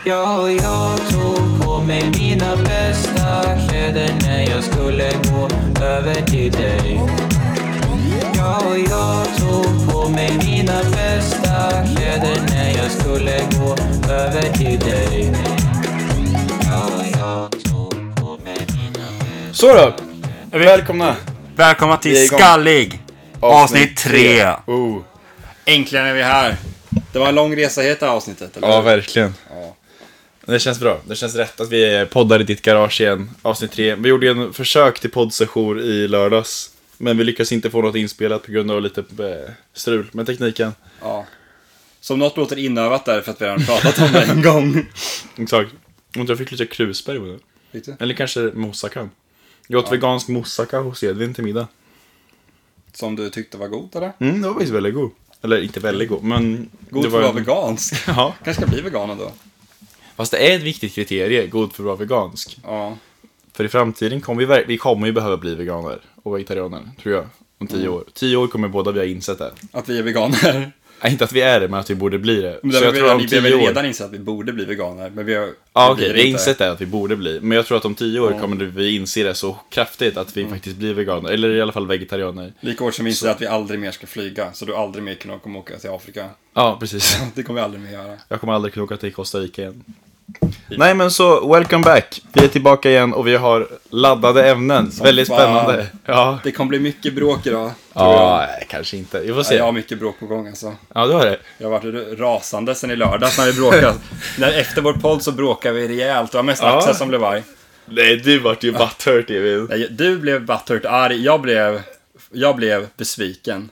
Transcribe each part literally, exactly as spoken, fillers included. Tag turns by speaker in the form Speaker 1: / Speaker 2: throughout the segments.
Speaker 1: Ja, jag tog på mig mina bästa kläder när jag skulle gå över till dig. Ja, jag tog på mig mina bästa kläder när jag skulle gå över till dig. Ja, jag tog på mig mina bästa.
Speaker 2: Så då, är vi välkomna.
Speaker 3: Välkomna till Skallig avsnitt tre.
Speaker 2: Oh.
Speaker 3: Äntligen är vi här. Det var en lång resa heta avsnittet, eller?
Speaker 2: Ja, verkligen.
Speaker 3: Ja.
Speaker 2: Det känns bra, det känns rätt att vi poddar i ditt garage igen. Avsnitt tre. Vi gjorde en försök till poddsession i lördags, men vi lyckas inte få något inspelat på grund av lite strul med tekniken.
Speaker 3: Ja. Som något låter inövat där för att vi har pratat om det en gång.
Speaker 2: Exakt. Och jag fick lite krusbär nu.
Speaker 3: Lite.
Speaker 2: Eller kanske moussaka. Jag åt
Speaker 3: Ja.
Speaker 2: vegansk moussaka hos Edvin till middag.
Speaker 3: Som du tyckte var god, eller?
Speaker 2: Mm, det var faktiskt väldigt god. Eller inte väldigt god, men
Speaker 3: God
Speaker 2: det
Speaker 3: för
Speaker 2: var
Speaker 3: att vara vegansk.
Speaker 2: Ja.
Speaker 3: Kanske ska bli vegan ändå.
Speaker 2: Fast det är ett viktigt kriterie, god för att vara vegansk.
Speaker 3: Ja.
Speaker 2: För i framtiden kommer vi, vi kommer ju behöva bli veganer och vegetarianer, tror jag, om tio
Speaker 3: Mm.
Speaker 2: år. Tio år kommer båda vi ha insett det.
Speaker 3: Att vi är veganer.
Speaker 2: Nej, inte att vi är det, men att vi borde bli det.
Speaker 3: Men
Speaker 2: Så
Speaker 3: det
Speaker 2: jag
Speaker 3: vi,
Speaker 2: tror om
Speaker 3: vi, vi
Speaker 2: tio
Speaker 3: har väl
Speaker 2: år...
Speaker 3: redan insett att vi borde bli veganer. Men vi har,
Speaker 2: Ja,
Speaker 3: vi
Speaker 2: okej,
Speaker 3: blir
Speaker 2: vi har
Speaker 3: inte.
Speaker 2: insett det att vi borde bli. Men jag tror att om tio år
Speaker 3: Ja.
Speaker 2: kommer vi inse det så kraftigt att vi
Speaker 3: Mm.
Speaker 2: faktiskt blir veganer. Eller i alla fall vegetarianer.
Speaker 3: Lika hårt som vi inser
Speaker 2: Så-
Speaker 3: att vi aldrig mer ska flyga. Så du aldrig mer kan komma åka till Afrika.
Speaker 2: Ja, precis.
Speaker 3: Det kommer vi aldrig mer göra.
Speaker 2: Jag kommer aldrig kunna åka till Costa Rica igen. Nej, men så, welcome back. Vi är tillbaka igen och vi har laddade ämnen.
Speaker 3: Som
Speaker 2: Väldigt
Speaker 3: fan.
Speaker 2: spännande. Ja,
Speaker 3: Det kommer bli mycket bråk idag.
Speaker 2: ja nej, kanske inte. Vi får
Speaker 3: Ja,
Speaker 2: se.
Speaker 3: jag har mycket bråk på gång alltså.
Speaker 2: Ja, du har det.
Speaker 3: Jag har varit rasande sen i lördags när vi bråkade. när efter vår podd så bråkade vi rejält. Det var mest
Speaker 2: Ja.
Speaker 3: Axel som blev arg.
Speaker 2: Nej, du vart ju butthurt, Evin.
Speaker 3: Nej, du blev butthurt arg. Jag blev, jag blev besviken.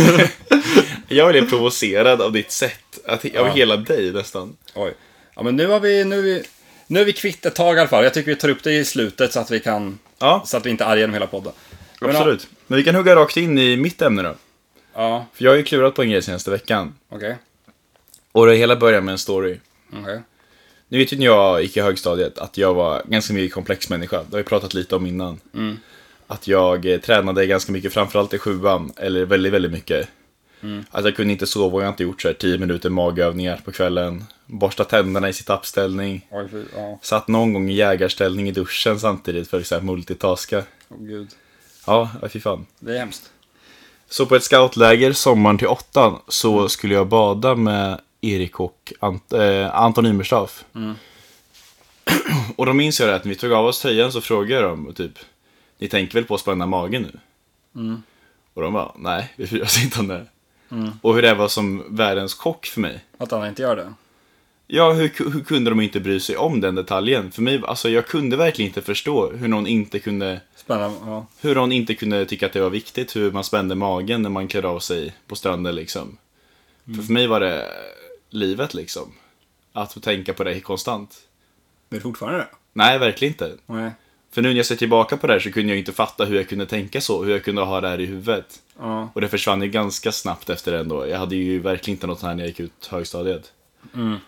Speaker 2: Jag blev provocerad av ditt sätt. Att, av
Speaker 3: Ja.
Speaker 2: hela dig nästan.
Speaker 3: Oj. Ja, men nu har vi, nu är vi, nu är vi kvitt ett tag i alla fall. Jag tycker vi tar upp det i slutet så att vi kan,
Speaker 2: Ja,
Speaker 3: så att vi inte är arga genom hela podden. Men,
Speaker 2: absolut. Men vi kan hugga rakt in i mitt ämne då.
Speaker 3: Ja,
Speaker 2: För jag har ju klurat på en grej senaste veckan.
Speaker 3: okej.
Speaker 2: Och det hela börjar med en story.
Speaker 3: Okej.
Speaker 2: Nu vet ju när jag gick i högstadiet att jag var ganska mycket komplex människa. Det har vi pratat lite om innan.
Speaker 3: Mm.
Speaker 2: Att jag eh, tränade ganska mycket, framförallt i sjuan. Eller väldigt, väldigt mycket.
Speaker 3: Mm.
Speaker 2: Att jag kunde inte sova och jag har inte gjort så här tio minuter magövningar på kvällen. Borsta tänderna i sit-up-ställning.
Speaker 3: Oj, för, ja.
Speaker 2: Satt någon gång i jägarställning i duschen samtidigt för att så här, multitaska.
Speaker 3: Åh gud.
Speaker 2: Ja, fy fan.
Speaker 3: Det är hemskt.
Speaker 2: Så på ett scoutläger sommaren till åttan så skulle jag bada med Erik och Ant- äh, Anton Ymerstaff.
Speaker 3: Mm.
Speaker 2: Och då minns jag det att när vi tog av oss tröjan så frågade jag dem typ, ni tänker väl på att spänna magen nu?
Speaker 3: Mm.
Speaker 2: Och de bara, nej, vi bryr oss inte om det.
Speaker 3: Mm.
Speaker 2: Och hur det var som världens chock för mig.
Speaker 3: Att han inte gör det.
Speaker 2: Ja, hur, hur kunde de inte bry sig om den detaljen? För mig, alltså jag kunde verkligen inte förstå hur någon inte kunde
Speaker 3: Spännande, ja.
Speaker 2: Hur någon inte kunde tycka att det var viktigt hur man spände magen när man klär av sig på stranden liksom.
Speaker 3: Mm.
Speaker 2: För för mig var det livet liksom. Att få tänka på det konstant.
Speaker 3: Men fortfarande det?
Speaker 2: Nej, verkligen inte.
Speaker 3: Nej.
Speaker 2: För nu när jag ser tillbaka på det här så kunde jag inte fatta hur jag kunde tänka så. Hur jag kunde ha det här i huvudet.
Speaker 3: Ja.
Speaker 2: Och det försvann ju ganska snabbt efter det ändå. Jag hade ju verkligen inte något här när jag gick ut högstadiet.
Speaker 3: Mm.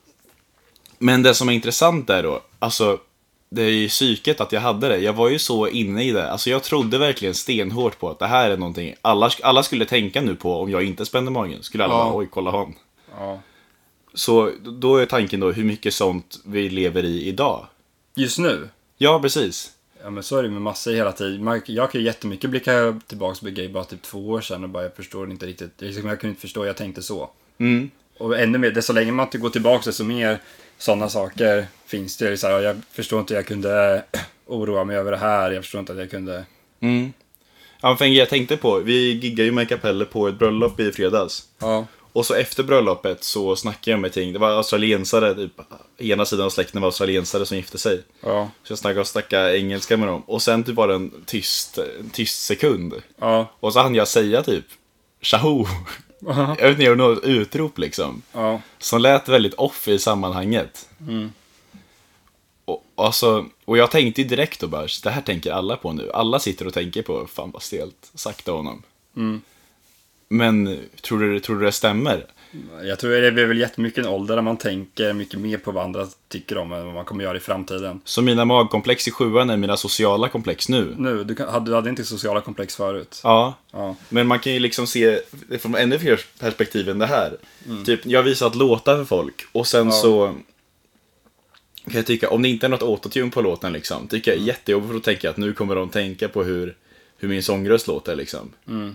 Speaker 2: Men det som är intressant är då, alltså det är ju psyket att jag hade det. Jag var ju så inne i det. Alltså jag trodde verkligen stenhårt på att det här är någonting alla, alla skulle tänka nu på om jag inte spände magen. Skulle alla
Speaker 3: Ja.
Speaker 2: bara, oj, kolla han.
Speaker 3: Ja.
Speaker 2: Så då är tanken då hur mycket sånt vi lever i idag.
Speaker 3: Just nu?
Speaker 2: Ja, precis.
Speaker 3: Ja, men så är det med massor hela tiden. Man- Jag kan ju jättemycket blicka tillbaka på gay bara typ två år sedan och bara jag förstår inte riktigt. Jag kunde inte förstå, jag tänkte så.
Speaker 2: Mm.
Speaker 3: Och ännu mer, det så länge man inte går tillbaka så mer sådana saker finns det. Så här, jag förstår inte att jag kunde oroa mig över det här. Jag förstår inte att jag kunde...
Speaker 2: Mm. Ja, för en grej jag tänkte på, vi giggade ju med Kapelle på ett bröllop i fredags.
Speaker 3: Ja.
Speaker 2: Och så efter bröllopet så snackade jag med ting. Det var australiensare, typ, ena sidan av släkten var australiensare som gifte sig.
Speaker 3: Ja.
Speaker 2: Så jag snackade och snackade engelska med dem. Och sen typ var det en tyst, en tyst sekund.
Speaker 3: Ja.
Speaker 2: Och så hann jag säga typ Tjaho. Jag vet inte, jag något utrop liksom.
Speaker 3: Ja.
Speaker 2: Som lät väldigt off i sammanhanget.
Speaker 3: Mm.
Speaker 2: Och, alltså, och jag tänkte ju direkt då bara, det här tänker alla på nu. Alla sitter och tänker på, fan vad stelt, sakta honom.
Speaker 3: Mm.
Speaker 2: Men tror du, tror du det stämmer?
Speaker 3: Jag tror det blir väl jättemycket en ålder där man tänker mycket mer på vad andra tycker om än vad man kommer göra i framtiden.
Speaker 2: Så mina magkomplex i sjuan är mina sociala komplex nu.
Speaker 3: Nu, du, kan, hade, du hade inte sociala komplex förut.
Speaker 2: Ja,
Speaker 3: Ja.
Speaker 2: men man kan ju liksom se det från ännu fler perspektiv än det här. Typ, jag har visat låtar för folk och sen
Speaker 3: Ja.
Speaker 2: så kan jag tycka, om det inte är något autotune på låten liksom, tycker jag är jättejobbigt, för då tänker jag att nu kommer de tänka på hur, hur min sångröst låter liksom.
Speaker 3: Mm.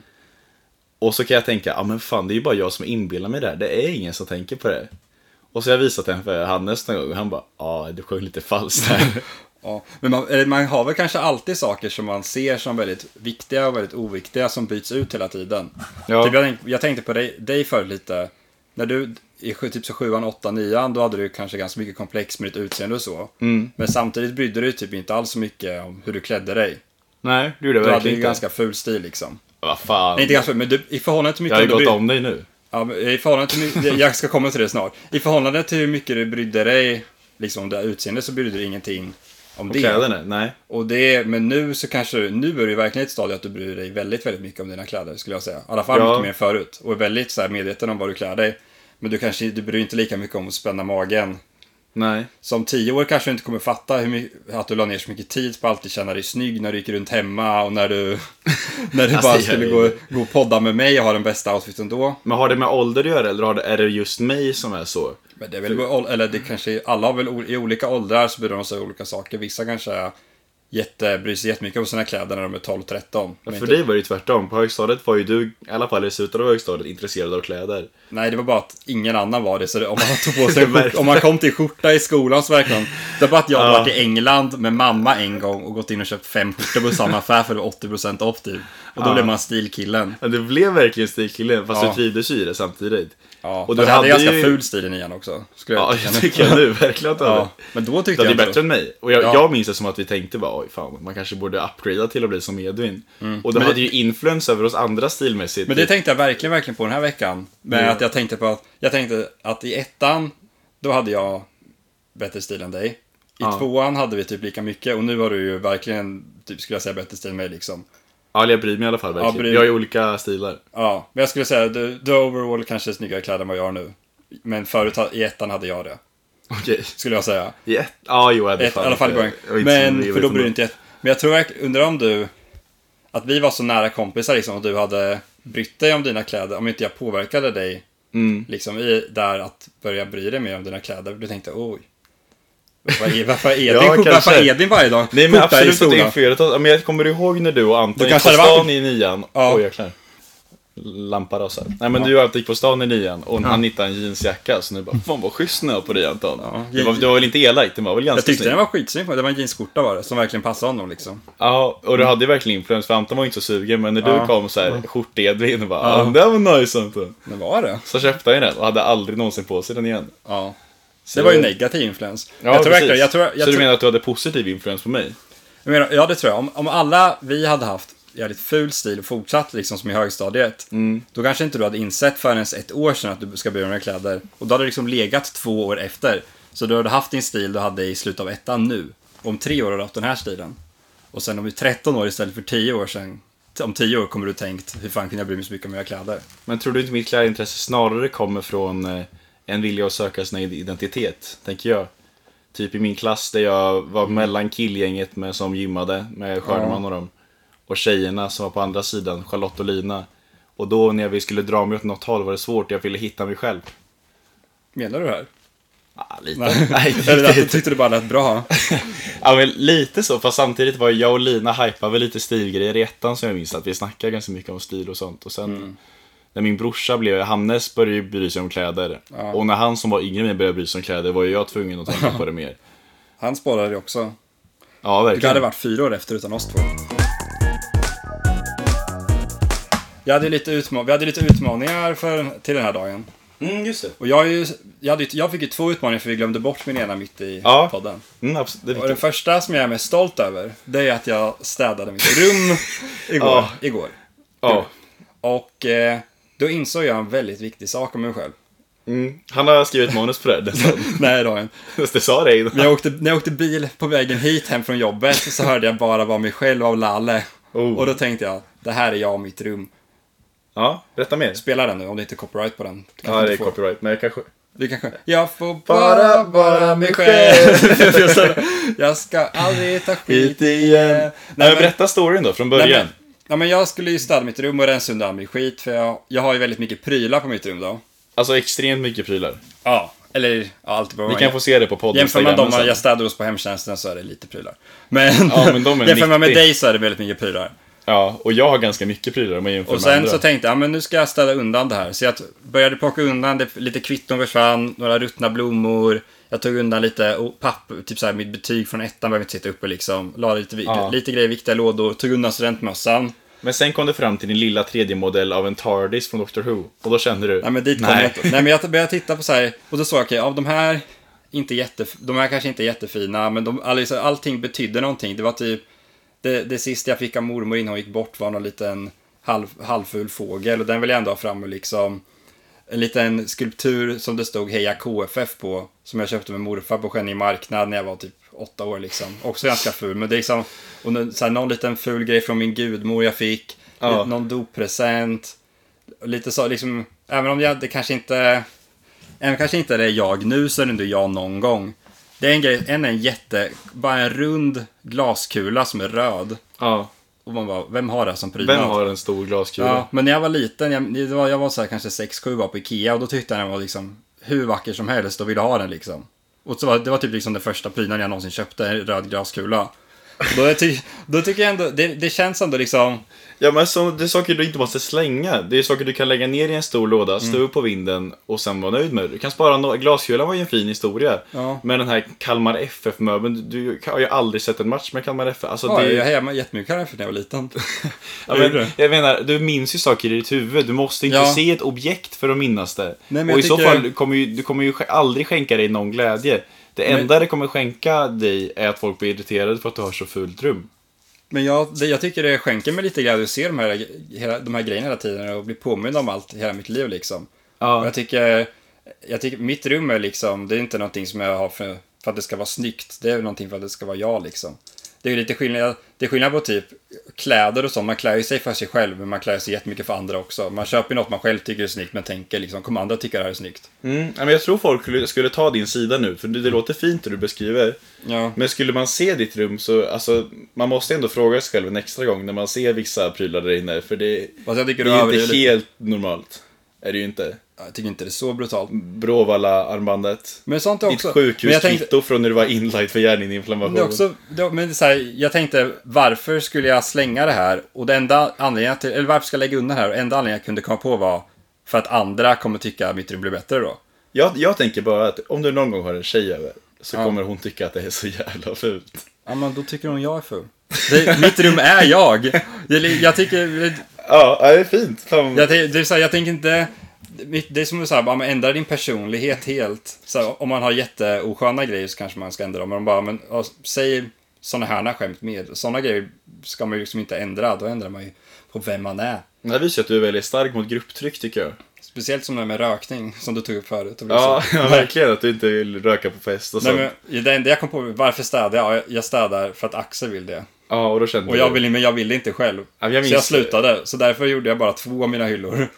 Speaker 2: Och så kan jag tänka, ja ah, men fan, det är ju bara jag som inbillar mig det här. Det är ingen som tänker på det. Och så har jag visat den för Hannes någon gång, och han bara, ja ah, du sjöng lite falskt här.
Speaker 3: Ja, men man, man har väl kanske alltid saker som man ser som väldigt viktiga och väldigt oviktiga som byts ut hela tiden.
Speaker 2: Ja.
Speaker 3: Typ jag, jag tänkte på dig, dig för lite. När du i typ så sjuan, åttan, nian, då hade du kanske ganska mycket komplex med ditt utseende och så.
Speaker 2: Mm.
Speaker 3: Men samtidigt brydde du typ inte alls så mycket om hur du klädde dig.
Speaker 2: Nej, det gjorde jag
Speaker 3: Du hade
Speaker 2: verkligen
Speaker 3: ju
Speaker 2: inte.
Speaker 3: ganska ful stil liksom.
Speaker 2: Vad fan.
Speaker 3: Nej, inte ganska ful, men du, i förhållande till mycket...
Speaker 2: Jag har ju
Speaker 3: du
Speaker 2: gått
Speaker 3: bry-
Speaker 2: om dig nu.
Speaker 3: Ja, men i förhållande till mycket, jag ska komma till det snart. I förhållande till hur mycket du brydde dig liksom om det här utseendet, så brydde du ingenting om
Speaker 2: Och
Speaker 3: det.
Speaker 2: kläderna, nej.
Speaker 3: Och det, men nu så kanske, nu är det verkligen ett stadie att du bryr dig väldigt, väldigt mycket om dina kläder, skulle jag säga. I alla fall
Speaker 2: Ja.
Speaker 3: mycket mer än förut. Och är väldigt så här medveten om vad du klär dig. Men du kanske, du bryr dig inte lika mycket om att spänna magen.
Speaker 2: Nej.
Speaker 3: Som tio år kanske du inte kommer fatta hur mycket, att du la ner så mycket tid på att alltid känna dig snygg när du gick runt hemma och när du, när du
Speaker 2: Alltså,
Speaker 3: bara
Speaker 2: jag
Speaker 3: skulle
Speaker 2: är-
Speaker 3: gå, gå och podda med mig och ha den bästa outfiten då.
Speaker 2: Men har det med ålder att göra, eller har det, är det just mig som är så?
Speaker 3: Men det är väl, eller det kanske, alla har väl o- i olika åldrar så bryr de sig om olika saker. Vissa kanske är jätte, bryr sig jättemycket om sina kläder när de är tolv tretton.
Speaker 2: Ja,
Speaker 3: Men
Speaker 2: för
Speaker 3: inte-
Speaker 2: dig var det ju tvärtom. På högstadiet var ju du, i alla fall i slutet av högstadiet, intresserad av kläder.
Speaker 3: Nej, det var bara att ingen annan var det. Så det, om man tog på sig en skjorta,
Speaker 2: Verkligen.
Speaker 3: om man kom till skjorta i skolan så verkligen. Det var bara att jag hade
Speaker 2: Ja.
Speaker 3: varit i England med mamma en gång och gått in och köpt fem skjortor på samma affär för det var åttio procent off typ. Och då
Speaker 2: Ja.
Speaker 3: blev man stilkillen.
Speaker 2: Ja, det blev verkligen stilkillen, fast
Speaker 3: Ja.
Speaker 2: du trivdes ju i det samtidigt.
Speaker 3: Ja,
Speaker 2: Och
Speaker 3: och
Speaker 2: du
Speaker 3: du hade
Speaker 2: hade
Speaker 3: ganska
Speaker 2: ju-
Speaker 3: ful stil i nian också. Skulle
Speaker 2: Ja,
Speaker 3: tycka
Speaker 2: jag
Speaker 3: nu.
Speaker 2: tycker jag nu, verkligen att du hade.
Speaker 3: Ja, men då tyckte
Speaker 2: Du hade
Speaker 3: jag
Speaker 2: ju
Speaker 3: inte
Speaker 2: bättre än mig. Och jag,
Speaker 3: Ja.
Speaker 2: jag minns det som att vi tänkte bara, oj fan, man kanske borde upgradea till att bli som Edvin. Och det
Speaker 3: Men
Speaker 2: hade
Speaker 3: det-
Speaker 2: ju influens över oss andra stilmässigt.
Speaker 3: Men det tänkte jag verkligen, verkligen på den här veckan. Med
Speaker 2: Ja.
Speaker 3: att jag tänkte på att, jag tänkte att i ettan, då hade jag bättre stil än dig. I
Speaker 2: Ja.
Speaker 3: tvåan hade vi typ lika mycket och nu har du ju verkligen, typ skulle jag säga, bättre stil än mig liksom.
Speaker 2: Ja, jag bryr mig i alla fall verkligen.
Speaker 3: Ja, bryr-
Speaker 2: Vi har ju olika stilar.
Speaker 3: Ja, men jag skulle säga, du, du overall kanske är snyggare kläder än vad jag har nu. Men förut ha- i ettan hade jag det,
Speaker 2: Okej.
Speaker 3: skulle jag säga.
Speaker 2: Ja, ja, jo, jag hade
Speaker 3: Ett, I
Speaker 2: fan
Speaker 3: alla fall i
Speaker 2: inte-
Speaker 3: början.
Speaker 2: jag var inte så
Speaker 3: Men,
Speaker 2: medveten
Speaker 3: för då
Speaker 2: om
Speaker 3: bryr
Speaker 2: det.
Speaker 3: du inte jätte- Men jag tror verkligen, undrar om du, att vi var så nära kompisar liksom, och du hade brytt dig om dina kläder, om inte jag påverkade dig
Speaker 2: Mm.
Speaker 3: liksom i där att börja bry dig mer om dina kläder. Du tänkte, oj. Varför är, varför är Edvin,
Speaker 2: Ja,
Speaker 3: varför
Speaker 2: kanske.
Speaker 3: är Edvin varje dag?
Speaker 2: Nej, men
Speaker 3: skjorta i
Speaker 2: absolut inte
Speaker 3: skolan?
Speaker 2: influerat. Ja, men jag kommer ihåg när du och Anton
Speaker 3: Du
Speaker 2: gick på
Speaker 3: kanske hade
Speaker 2: stan
Speaker 3: varit-
Speaker 2: i nian.
Speaker 3: Ja.
Speaker 2: Oj, jäklar. Lampa rasar. Nej, men du och Anton gick på stan i nian och han hittade en jeansjacka. Så nu bara, fan vad schysst nu på dig, Anton.
Speaker 3: Ja.
Speaker 2: Det, var, det var väl inte elakt, det var väl ganska
Speaker 3: Jag tyckte
Speaker 2: snygg.
Speaker 3: den var skitsnygg. Det var en jeansskjorta var det, som verkligen passade honom liksom.
Speaker 2: Ja, och du hade ju verkligen influens, för Anton var inte så sugen. Men när du
Speaker 3: Ja.
Speaker 2: kom så här, skjort-Edvin och bara,
Speaker 3: Ja.
Speaker 2: ja, det här var nice, Anton.
Speaker 3: Men var det?
Speaker 2: Så köpte jag den och hade aldrig någonsin på sig den igen.
Speaker 3: Ja.
Speaker 2: Så
Speaker 3: Det var ju negativ influens.
Speaker 2: Ja,
Speaker 3: jag tror
Speaker 2: precis.
Speaker 3: verkligen, jag tror, jag
Speaker 2: så du
Speaker 3: tror,
Speaker 2: menar att du hade positiv influens på mig?
Speaker 3: jag menar, ja det tror jag. Om, om alla vi hade haft jävligt ful stil och fortsatt liksom som i högstadiet,
Speaker 2: Mm.
Speaker 3: då kanske inte du hade insett förrän ens ett år sedan att du ska börja med kläder. Och då hade du liksom legat två år efter. Så du hade haft din stil du hade i slutet av ettan nu. Om tre år har du haft den här stilen. Och sen om du är tretton år istället för tio år sedan, om tio år kommer du tänkt, hur fan kan jag bry mig så mycket om mina kläder?
Speaker 2: Men tror du inte mitt klädintresse snarare kommer från eh, en vilja att söka sin identitet, tänker jag? Typ i min klass där jag var mellan killgänget med, som gymmade med Skördeman och dem, och tjejerna som var på andra sidan, Charlotte och Lina. Och då när vi skulle dra mig åt något håll var det svårt, jag ville hitta mig själv.
Speaker 3: Menar du det här?
Speaker 2: Ah, lite.
Speaker 3: Nej.
Speaker 2: Nej,
Speaker 3: Eller att du
Speaker 2: inte.
Speaker 3: tyckte det bara lät bra?
Speaker 2: Ja, men lite så, fast samtidigt var jag och Lina hypade väl lite stilgrejer i ettan, som jag minns att vi snackade ganska mycket om stil och sånt. Och sen
Speaker 3: Mm.
Speaker 2: när min brorsa blev, Hannes började ju bry sig om kläder.
Speaker 3: Ja.
Speaker 2: Och när han som var yngre än mig började bry sig om kläder var ju jag tvungen att tänka på det mer.
Speaker 3: Han spårade ju också.
Speaker 2: Ja,
Speaker 3: Det
Speaker 2: verkligen.
Speaker 3: hade varit fyra år efter utan oss två. Jag hade lite utma- vi hade lite utmaningar för, till den här dagen.
Speaker 2: Mm, just det.
Speaker 3: Och jag, är ju, jag, hade, ju- jag fick ju två utmaningar för vi glömde bort min ena mitt i
Speaker 2: Ja.
Speaker 3: podden.
Speaker 2: Mm, absolut. Det är
Speaker 3: Och den
Speaker 2: viktigt.
Speaker 3: första som jag är mest stolt över, det är att jag städade mitt rum igår.
Speaker 2: Ja.
Speaker 3: igår.
Speaker 2: Ja.
Speaker 3: Och eh, då insåg jag en väldigt viktig sak om mig själv.
Speaker 2: Mm. Han har skrivit manus på det. Det,
Speaker 3: Nej, det har jag inte.
Speaker 2: det sa det innan.
Speaker 3: Men jag åkte, när jag åkte bil på vägen hit hem från jobbet så hörde jag bara vara mig själv av Lalle.
Speaker 2: Oh.
Speaker 3: Och då tänkte jag, det här är jag och mitt rum.
Speaker 2: Ja, berätta mer.
Speaker 3: Spela den nu om det inte är copyright på den. Du kanske
Speaker 2: Ja, det är
Speaker 3: inte får.
Speaker 2: copyright, men jag kanske...
Speaker 3: Vi kanske... Jag får
Speaker 2: Bara
Speaker 3: bara vara mig själv. Jag ska aldrig ta skit igen.
Speaker 2: Nej, men berätta storyn då, från
Speaker 3: Nej,
Speaker 2: början.
Speaker 3: men, ja, men jag skulle ju städa mitt rum och rensa undan min skit. För jag, jag har ju väldigt mycket prylar på mitt rum då.
Speaker 2: Alltså extremt mycket prylar.
Speaker 3: Ja. Eller, ja, alltid på
Speaker 2: Vi kan få se det på podden.
Speaker 3: Jämför man dem jag städar hos på hemtjänsten så är det lite prylar. Men,
Speaker 2: ja, men de är
Speaker 3: jämför man med
Speaker 2: nittio.
Speaker 3: dig så är det väldigt mycket prylar.
Speaker 2: Ja, och jag har ganska mycket prylar om man jämför
Speaker 3: Och
Speaker 2: med
Speaker 3: sen
Speaker 2: andra.
Speaker 3: så tänkte jag, ja, men nu ska jag städa undan det här. Så jag började plocka undan, det, lite kvitton försvann, några ruttna blommor. Jag tog undan lite oh, papper, typ såhär mitt betyg från ettan behöver inte sitta uppe liksom. La lite,
Speaker 2: Ja.
Speaker 3: lite grejer i viktiga lådor, tog undan studentmössan.
Speaker 2: Men sen kom du fram till din lilla tredje modell av en TARDIS från Doctor Who. Och då kände du...
Speaker 3: Nej, men dit kom
Speaker 2: nej.
Speaker 3: jag inte. Nej, men jag började titta på så här, och då såg jag, okej, av de här, inte jätte, de här kanske inte är jättefina, men de, alltså, allting betydde någonting. Det var typ, det, det sista jag fick av mormor innan hon gick bort var någon liten halv, halvfull fågel, och den vill jag ändå ha fram och liksom, en liten skulptur som det stod Heja K F F på, som jag köpte med morfar på Skänninge marknad när jag var typ åtta år liksom. Också ganska ful, men det är liksom, och så här, någon liten ful grej från min gudmor jag fick,
Speaker 2: Ja.
Speaker 3: någon doppresent, lite så liksom, även om jag, det kanske inte, även kanske inte det är jag nu, så är det ändå jag någon gång. Det är en grej, en är en jätte, bara en rund glaskula som är röd.
Speaker 2: Ja.
Speaker 3: Och man bara, vem har det som prydnad?
Speaker 2: Vem har en stor glaskula?
Speaker 3: Ja, men när jag var liten, jag, det var, jag var så här kanske sex sju var på Ikea, och då tyckte jag den var liksom hur vacker som helst och ville ha den liksom. Och så var, det var typ liksom den första prydnaden jag någonsin köpte, en röd glaskula. Då, ty, då tycker jag ändå, det, det känns ändå liksom...
Speaker 2: Ja, men så, det är saker du inte måste slänga. Det är saker du kan lägga ner i en stor låda, stå upp på vinden och sen vara nöjd med det. Du kan spara no- glaskulan var ju en fin historia.
Speaker 3: Ja.
Speaker 2: Men den här Kalmar F F-möbeln, du, du har ju aldrig sett en match med Kalmar F F. Alltså,
Speaker 3: Ja,
Speaker 2: det,
Speaker 3: jag hejade jättemycket här för när jag var liten.
Speaker 2: ja, men, jag menar, du minns ju saker i ditt huvud. Du måste inte
Speaker 3: Ja.
Speaker 2: se ett objekt för att minnas det.
Speaker 3: Nej, men
Speaker 2: och i
Speaker 3: jag
Speaker 2: så
Speaker 3: tycker-
Speaker 2: fall kommer ju, du kommer ju aldrig skänka dig någon glädje. Det
Speaker 3: Men-
Speaker 2: enda det kommer skänka dig är att folk blir irriterade för att du har så fullt rum.
Speaker 3: Men jag, det, jag tycker det skänker mig lite glädje att se de här, hela, de här grejerna hela tiden och bli påmind om allt i hela mitt liv liksom.
Speaker 2: Ja.
Speaker 3: Och jag tycker, jag tycker mitt rum är liksom, det är inte någonting som jag har för, för att det ska vara snyggt. Det är någonting för att det ska vara jag liksom. Det är ju lite skillnad, det är skillnad på typ kläder och så. Man klär ju sig för sig själv, men man klär sig jättemycket för andra också. Man köper något man själv tycker är snyggt, men tänker liksom, kommer andra tycka det här är snyggt?
Speaker 2: Mm, ja, men jag tror folk skulle, skulle ta din sida nu, för det, det låter fint det du beskriver.
Speaker 3: Ja.
Speaker 2: Men skulle man se ditt rum så, alltså, man måste ändå fråga sig själv en extra gång när man ser vissa prylar där inne. För det,
Speaker 3: Fast jag tycker
Speaker 2: det
Speaker 3: du
Speaker 2: är
Speaker 3: överdriver
Speaker 2: inte
Speaker 3: lite.
Speaker 2: helt normalt. Är det ju inte.
Speaker 3: Jag tycker inte det är så brutalt.
Speaker 2: Bråvalla-armbandet.
Speaker 3: Men sånt är
Speaker 2: Ditt
Speaker 3: också... men jag
Speaker 2: sjukhuskvitto
Speaker 3: tänkte,
Speaker 2: från när du var inlagd för hjärninflammation.
Speaker 3: det är också, det, men det är så här, jag tänkte, varför skulle jag slänga det här? Och det enda anledningen till, eller varför ska jag lägga undan det här? Och enda anledningen jag kunde komma på var för att andra kommer tycka att mitt rum blir bättre då.
Speaker 2: Jag, jag tänker bara att om du någon gång har en tjej över så
Speaker 3: Ja.
Speaker 2: kommer hon tycka att det är så jävla fult.
Speaker 3: Ja, men då tycker hon jag är full. Det, mitt rum är jag. Jag, jag tycker...
Speaker 2: Ja, det är fint. Fan.
Speaker 3: Jag, det är så här, jag tänker inte... Det är som att säga, ändra din personlighet helt. Så här, om man har jätteosköna grejer så kanske man ska ändra dem. Men bara, men, ja, säg såna här skämt med. Såna grejer ska man ju liksom inte ändra. Då ändrar man ju på vem man är.
Speaker 2: Det här visar att du är väldigt stark mot grupptryck, tycker jag.
Speaker 3: Speciellt som det med rökning, som du tog upp förut. Och
Speaker 2: Ja,
Speaker 3: så.
Speaker 2: ja, verkligen. Att du inte vill röka på fest och
Speaker 3: Nej,
Speaker 2: sånt.
Speaker 3: men, det enda jag kom på, varför städar jag? Ja, jag städar för att Axel vill det.
Speaker 2: Ja, och då kände
Speaker 3: Och jag vill, men jag ville inte själv.
Speaker 2: Ja, jag
Speaker 3: så jag
Speaker 2: minns-
Speaker 3: slutade. Så därför gjorde jag bara två av mina hyllor.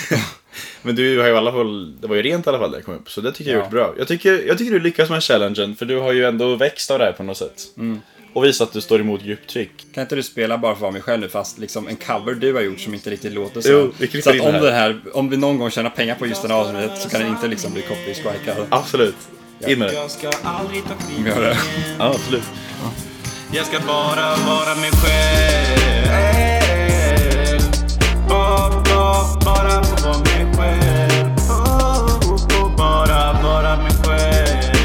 Speaker 2: Men du har ju i alla fall, det var ju rent i alla fall där jag kom upp. Så det tycker jag
Speaker 3: Ja.
Speaker 2: har gjort bra. Jag tycker, jag tycker du lyckas med challengen, för du har ju ändå växt av det här på något sätt.
Speaker 3: Mm.
Speaker 2: Och visat att du står emot grupptryck.
Speaker 3: Kan inte du spela bara för att vara mig själv nu, fast liksom en cover du har gjort som inte riktigt låter så.
Speaker 2: Jo, vi klipper
Speaker 3: så att
Speaker 2: in
Speaker 3: om
Speaker 2: det här.
Speaker 3: det här, om vi någon gång tjänar pengar på just den avsnittet så kan den inte liksom bli copy-strikad.
Speaker 2: Absolut. In med det.
Speaker 1: Jag ska aldrig ta
Speaker 3: Om jag gör det.
Speaker 2: Ja, absolut.
Speaker 1: Jag ska bara vara mig själv. Oh, oh, bara få vara mig själv. Oh, oh, oh, bara vara mig själv.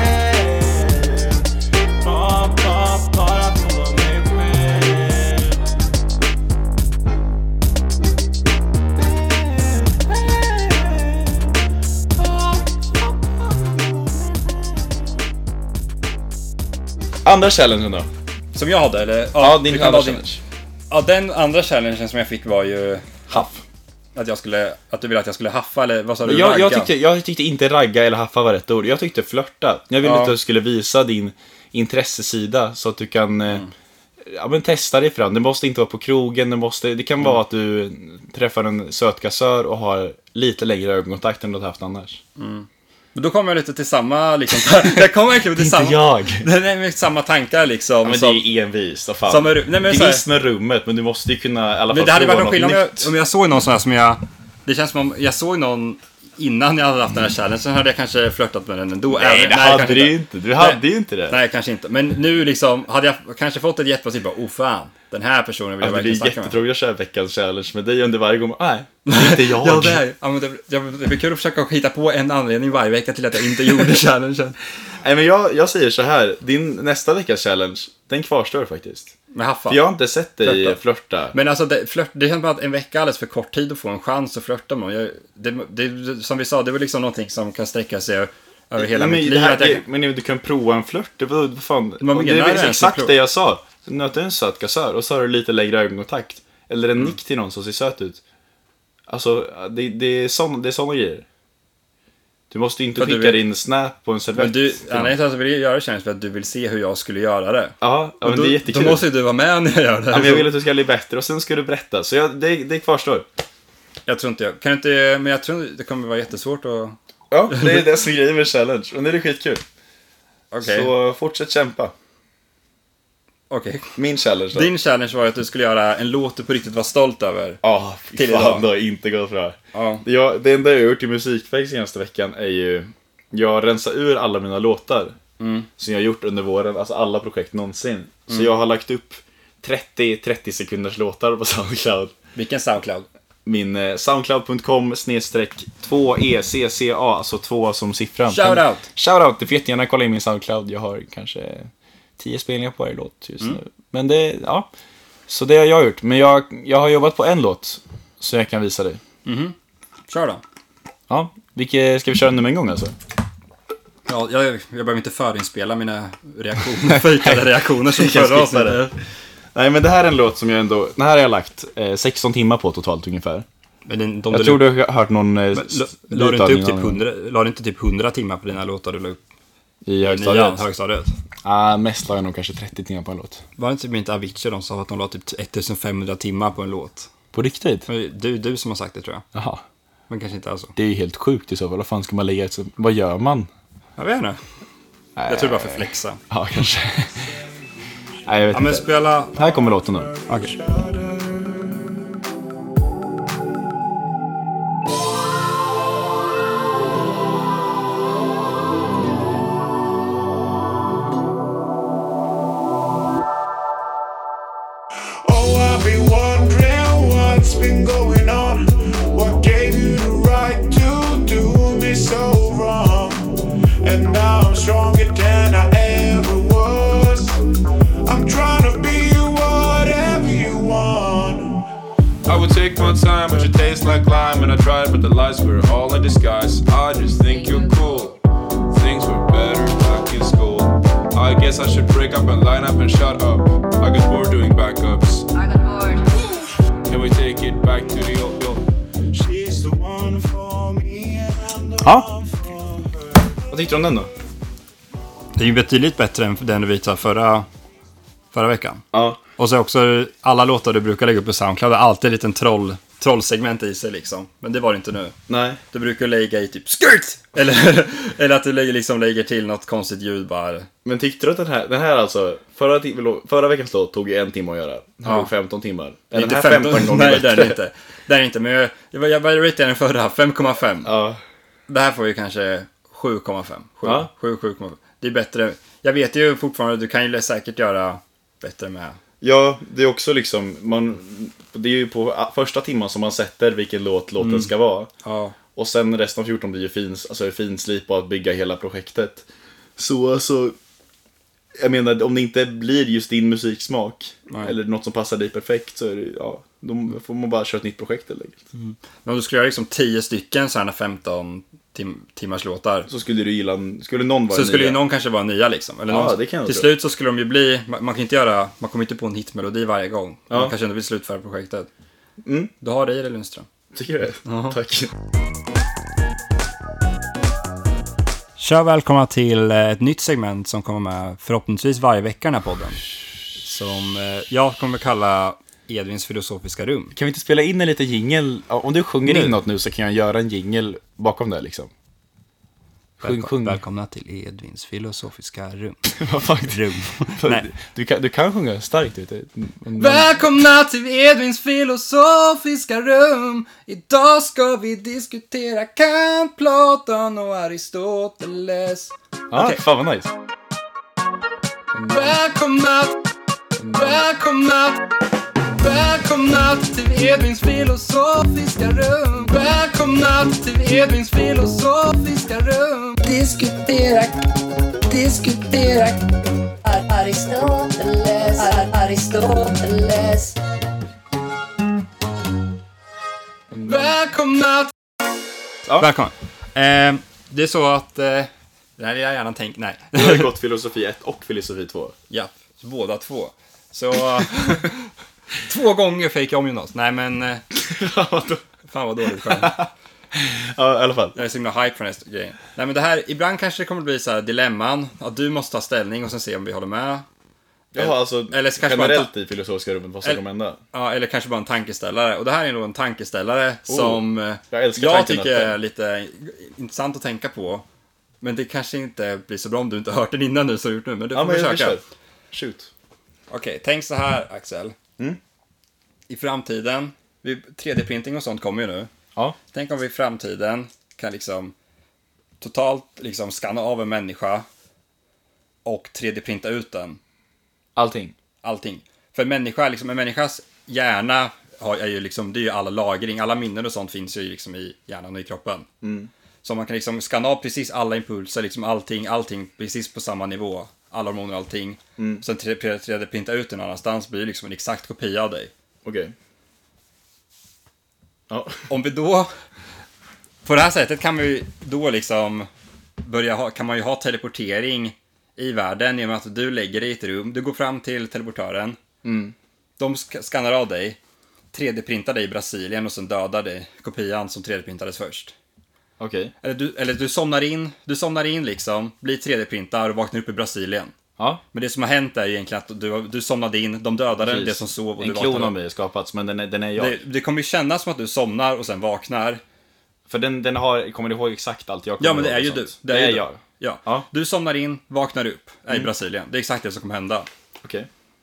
Speaker 1: Oh, oh, bara få vara mig själv.
Speaker 2: Andra challengen då?
Speaker 3: Som jag hade, eller?
Speaker 2: Ja,
Speaker 3: vi
Speaker 2: din
Speaker 3: kan
Speaker 2: andra
Speaker 3: ta din-
Speaker 2: challenge.
Speaker 3: Ja, den andra challengen som jag fick var ju
Speaker 2: Haff.
Speaker 3: att jag skulle, att du ville att jag skulle haffa, eller vad sa du?
Speaker 2: Jag, jag,
Speaker 3: Ragga?
Speaker 2: tyckte, jag tyckte inte ragga eller haffa var rätt ord. Jag tyckte flörta. Jag ville
Speaker 3: Ja.
Speaker 2: att du skulle visa din intressesida så att du kan eh, ja, men testa dig fram. Det måste inte vara på krogen. Det, måste, det kan vara att du träffar en söt kassör och har lite längre ögonkontakt än du har haft annars.
Speaker 3: Men då kommer jag lite till samma, liksom, jag kommer verkligen till samma,
Speaker 2: jag.
Speaker 3: nej, men samma tankar liksom.
Speaker 2: Ja, men det
Speaker 3: som,
Speaker 2: är ju envist. Fan.
Speaker 3: som är, nej, men så här,
Speaker 2: Visst med rummet, men du måste ju kunna i alla fall
Speaker 3: men det hade
Speaker 2: prova
Speaker 3: varit en
Speaker 2: något
Speaker 3: skillnad om jag,
Speaker 2: nytt.
Speaker 3: om jag såg någon sån här som jag, det känns som om jag såg någon innan jag hade haft den här challengen så hade jag kanske flörtat med den ändå.
Speaker 2: Nej,
Speaker 3: Även,
Speaker 2: det
Speaker 3: nej,
Speaker 2: hade du ju
Speaker 3: inte.
Speaker 2: inte. Du hade
Speaker 3: nej,
Speaker 2: ju inte det.
Speaker 3: Nej, kanske inte. Men nu liksom, hade jag kanske fått ett jättepositivt bara, oh fan, den här personen vill jag
Speaker 2: Alltså, det
Speaker 3: verkligen
Speaker 2: är
Speaker 3: snacka med.
Speaker 2: jättetråkigt att köra veckans challenge med dig under varje gång. Nej, det är inte jag.
Speaker 3: Ja, det är. Ja, men det, det, det blir kul att försöka hitta på en anledning varje vecka till att jag inte gjorde challengen.
Speaker 2: Nej, men jag, jag säger så här. Din nästa veckas challenge, den kvarstår faktiskt.
Speaker 3: Med Haffa.
Speaker 2: För jag har inte sett dig flörta. flörta.
Speaker 3: Men alltså, det, flört, det känns bara att en vecka är alldeles för kort tid att få en chans att flörta med någon. Jag, det, det, som vi sa, det var liksom någonting som kan sträcka sig över hela
Speaker 2: Nej,
Speaker 3: mitt
Speaker 2: men,
Speaker 3: liv.
Speaker 2: här,
Speaker 3: att jag,
Speaker 2: men du kan prova en flört. Det var vad fan.
Speaker 3: Man
Speaker 2: Det
Speaker 3: menar
Speaker 2: är
Speaker 3: det,
Speaker 2: exakt
Speaker 3: så
Speaker 2: det jag sa. Nöta en söt kassör och så har du lite lägre ögonkontakt. Eller en mm. nick till någon som ser söt ut. Alltså, det, det är såna, det är såna grejer. Du måste inte skicka vill... din snap på en servett.
Speaker 3: Men du, anledningen till att du vill göra känns för att du vill se hur jag skulle göra det.
Speaker 2: Ja, ja men
Speaker 3: då,
Speaker 2: det är jättekul.
Speaker 3: Då måste ju du vara med när jag gör det.
Speaker 2: Ja, men jag vill att du ska bli bättre och sen ska du berätta. Så jag, det, det kvarstår.
Speaker 3: Jag tror inte jag. Kan inte, men jag tror det kommer vara jättesvårt att...
Speaker 2: Ja, det är det som är grejen med challenge. Och det är skitkul.
Speaker 3: Okay.
Speaker 2: Så fortsätt kämpa.
Speaker 3: Okej. Okay.
Speaker 2: Min challenge då.
Speaker 3: Din challenge var att du skulle göra en låt du på riktigt var stolt över.
Speaker 2: Ja, oh, till fan idag. Då har jag inte gått bra.
Speaker 3: Ja.
Speaker 2: Jag, det enda jag har gjort i musikväg senaste veckan är ju... Jag rensar ur alla mina låtar. Mm. Som jag har gjort under våren. Alltså alla projekt någonsin. Mm. Så jag har lagt upp trettio sekunders låtar på Soundcloud.
Speaker 3: Vilken Soundcloud?
Speaker 2: Min eh, soundcloud punkt com snedstreck två e c c a. Alltså två som siffran.
Speaker 3: Shoutout!
Speaker 2: Shoutout! Du får jättegärna kolla in min Soundcloud. Jag har kanske tio spelningar på varje låt just mm. nu. Men det, ja. Så det har jag gjort. Men jag, jag har jobbat på en låt. Så jag kan visa dig.
Speaker 3: Mhm. Kör då.
Speaker 2: Ja. Vilka, ska vi köra den nu en gång alltså?
Speaker 3: Ja, jag, jag behöver inte förinspela mina reaktioner, fejkade reaktioner som förra avsnittet.
Speaker 2: Nej, men det här är en låt som jag ändå... Den här har jag lagt eh, sexton timmar på totalt ungefär.
Speaker 3: Men den, de
Speaker 2: jag
Speaker 3: du
Speaker 2: tror du har hört någon... Eh,
Speaker 3: la, du inte upp typ hundra, la du inte typ hundra timmar på dina låtar du la upp?
Speaker 2: I högstadiet?
Speaker 3: I högstadiet.
Speaker 2: Ja, ah, mest la jag nog kanske trettio timmar på en låt.
Speaker 3: Var det inte inte Avicii de sa att de la typ ettusenfemhundra timmar på en låt?
Speaker 2: På riktigt?
Speaker 3: Du, du som har sagt det tror jag.
Speaker 2: Jaha.
Speaker 3: Men kanske inte alltså.
Speaker 2: Det är ju helt sjukt i så fall. Vad fan ska man lägga ut? Vad gör man?
Speaker 3: Jag vet inte. Äh, jag tror bara för flexa.
Speaker 2: Ja, kanske. Nej, jag vet
Speaker 3: ja,
Speaker 2: inte.
Speaker 3: Men spela...
Speaker 2: Här kommer låten nu.
Speaker 3: Okej. Okay.
Speaker 1: Time, but you taste like lime. And I tried, but the lies were all in disguise. I just think you're cool. Things were better back in school. I guess I should break up and line up and shut up. I got bored doing backups. I got bored. Can we take it back to the old bill? She's the one for me.
Speaker 2: Ja. Vad tyckte du om den då?
Speaker 3: Det är ju betydligt bättre än den vi tar förra, förra veckan.
Speaker 2: Ja.
Speaker 3: Och så också alla låtar du brukar lägga upp på Soundcloud har alltid en liten troll, trollsegment i sig liksom. Men det var det inte nu.
Speaker 2: Nej.
Speaker 3: Du brukar lägga i typ skirt! Eller, eller att du lägger, liksom lägger till något konstigt ljud bara.
Speaker 2: Men tyckte du att den här, den här alltså, förra, förra veckans låt tog ju en timme att göra. Den
Speaker 3: ja.
Speaker 2: tog femton timmar.
Speaker 3: Är den här femton, femton gånger nej, det är det inte. Det är inte, men jag, jag, jag rateade den förra, fem komma fem.
Speaker 2: Ja.
Speaker 3: Det här får ju kanske sju komma fem. sju,
Speaker 2: ja.
Speaker 3: sju, sju komma fem. Det är bättre. Jag vet ju fortfarande, du kan ju säkert göra bättre med.
Speaker 2: Ja, det är också liksom man, det är ju på första timman som man sätter vilken låt låten mm. ska vara.
Speaker 3: Ja.
Speaker 2: Och sen resten av fjorton blir ju fins, alltså finslip på att bygga hela projektet. Så alltså, jag menar, om det inte blir just din musiksmak nej. Eller något som passar dig perfekt så är det, ja, då får man bara köra ett nytt projekt helt enkelt.
Speaker 3: Mm. Men om du skulle göra liksom tio stycken sådana femton tim- timmars låtar
Speaker 2: så skulle du gilla, skulle någon vara
Speaker 3: så
Speaker 2: nya.
Speaker 3: skulle ju någon kanske vara nya liksom. Eller
Speaker 2: ja,
Speaker 3: någon,
Speaker 2: det kan
Speaker 3: till
Speaker 2: tro.
Speaker 3: slut så skulle de ju bli, man, man kan inte göra, man kommer inte på en hitmelodi varje gång.
Speaker 2: Ja.
Speaker 3: Man kanske inte vill slutföra projektet.
Speaker 2: Mm.
Speaker 3: Du har det i det, Lundström.
Speaker 2: Tycker du det?
Speaker 3: Uh-huh.
Speaker 2: Tack.
Speaker 3: Tja, välkomna till ett nytt segment som kommer med förhoppningsvis varje vecka i den här podden. Som jag kommer kalla Edvins filosofiska rum.
Speaker 2: Kan vi inte spela in en liten jingle? Om du sjunger nu in något nu så kan jag göra en jingle bakom det liksom. Sjung, sjung.
Speaker 3: Välkomna till Edvins filosofiska rum.
Speaker 2: Vad fan?
Speaker 3: rum. Nej.
Speaker 2: Du, kan, du kan sjunga starkt ute. Men...
Speaker 3: Välkomna till Edvins filosofiska rum. Idag ska vi diskutera Kant, Platon och Aristoteles.
Speaker 2: Ja,
Speaker 3: Okej.
Speaker 2: fan vad nice.
Speaker 3: Välkomna, välkomna, välkomna till Edvins filosofiska rum. Välkomna till Edvins filosofiska rum.
Speaker 4: Diskutera, diskutera Ar- Aristoteles, Ar- Aristoteles.
Speaker 3: Välkomna.
Speaker 2: Ja.
Speaker 3: Välkomna. Eh, det är så att... Eh, det här är jag gärna tänkt... Nej.
Speaker 2: Du har gått filosofi ett och filosofi två.
Speaker 3: Ja, båda två. Så... två gånger fick jag om gymnasiet. Nej, men... Eh, fan vad dåligt skönt.
Speaker 2: Ja, i alla fall.
Speaker 3: Jag är så himla hype för den här grejen. Nej, men det här... Ibland kanske det kommer att bli så här dilemman. Att du måste ta ställning och sen se om vi håller med.
Speaker 2: Ja, alltså
Speaker 3: Eller så kanske
Speaker 2: generellt
Speaker 3: bara
Speaker 2: i filosofiska rummet, vad som
Speaker 3: Eller-
Speaker 2: kommer hända.
Speaker 3: Ja, eller kanske bara en tankeställare. Och det här är nog en tankeställare som eh,
Speaker 2: jag älskar
Speaker 3: jag
Speaker 2: tanken
Speaker 3: tycker
Speaker 2: att-
Speaker 3: är lite intressant att tänka på. Men det kanske inte blir så bra om du inte har hört den innan nu så har du gjort nu. Men du får
Speaker 2: Ja, men jag
Speaker 3: försöka.
Speaker 2: kör. Shoot.
Speaker 3: Okej, tänk så här Axel.
Speaker 2: Mm.
Speaker 3: I framtiden, vi- tre D-printing och sånt kommer ju nu.
Speaker 2: Ja.
Speaker 3: Tänk om vi i framtiden kan liksom totalt liksom skanna av en människa och tre D-printa ut den.
Speaker 2: Allting.
Speaker 3: Allting. För en människa, liksom, en människas hjärna har, är ju liksom, det är ju alla lagring, alla minnen och sånt finns ju liksom i hjärnan och i kroppen.
Speaker 2: Mm.
Speaker 3: Så man kan liksom skanna av precis alla impulser, liksom allting, allting precis på samma nivå. Alla hormoner och allting.
Speaker 2: Mm.
Speaker 3: Sen tre D-printa ut den annanstans blir det liksom en exakt kopia av dig.
Speaker 2: Okej. Ja.
Speaker 3: Om vi då, på det här sättet kan vi då liksom börja ha, kan man ju ha teleportering i världen genom att du lägger dig i ett rum, du går fram till teleportören,
Speaker 2: Mm.
Speaker 3: de sk- skannar av dig, tre D-printar dig i Brasilien och sen dödar dig, kopian som tre D-printades först.
Speaker 2: Okej.
Speaker 3: Eller du, eller du somnar in, du somnar in liksom, blir tre D-printad och vaknar upp i Brasilien.
Speaker 2: Ja.
Speaker 3: Men det som har hänt är ju egentligen att du, du somnade in, de dödade
Speaker 2: Precis.
Speaker 3: det som sov och
Speaker 2: En
Speaker 3: du
Speaker 2: klon
Speaker 3: vaknade
Speaker 2: av
Speaker 3: upp.
Speaker 2: mig har skapats, men den är, den är jag.
Speaker 3: Det, det kommer ju kännas som att du somnar och sen vaknar.
Speaker 2: För den, den har, kommer du ihåg exakt allt jag kommer
Speaker 3: Ja, men det
Speaker 2: ihåg
Speaker 3: är ju
Speaker 2: och
Speaker 3: du.
Speaker 2: sånt?
Speaker 3: Det
Speaker 2: Det
Speaker 3: är
Speaker 2: är
Speaker 3: ju du.
Speaker 2: jag.
Speaker 3: Ja.
Speaker 2: Ja.
Speaker 3: Du somnar in, vaknar upp, är i Brasilien. Det är exakt det som kommer hända.
Speaker 2: Okej.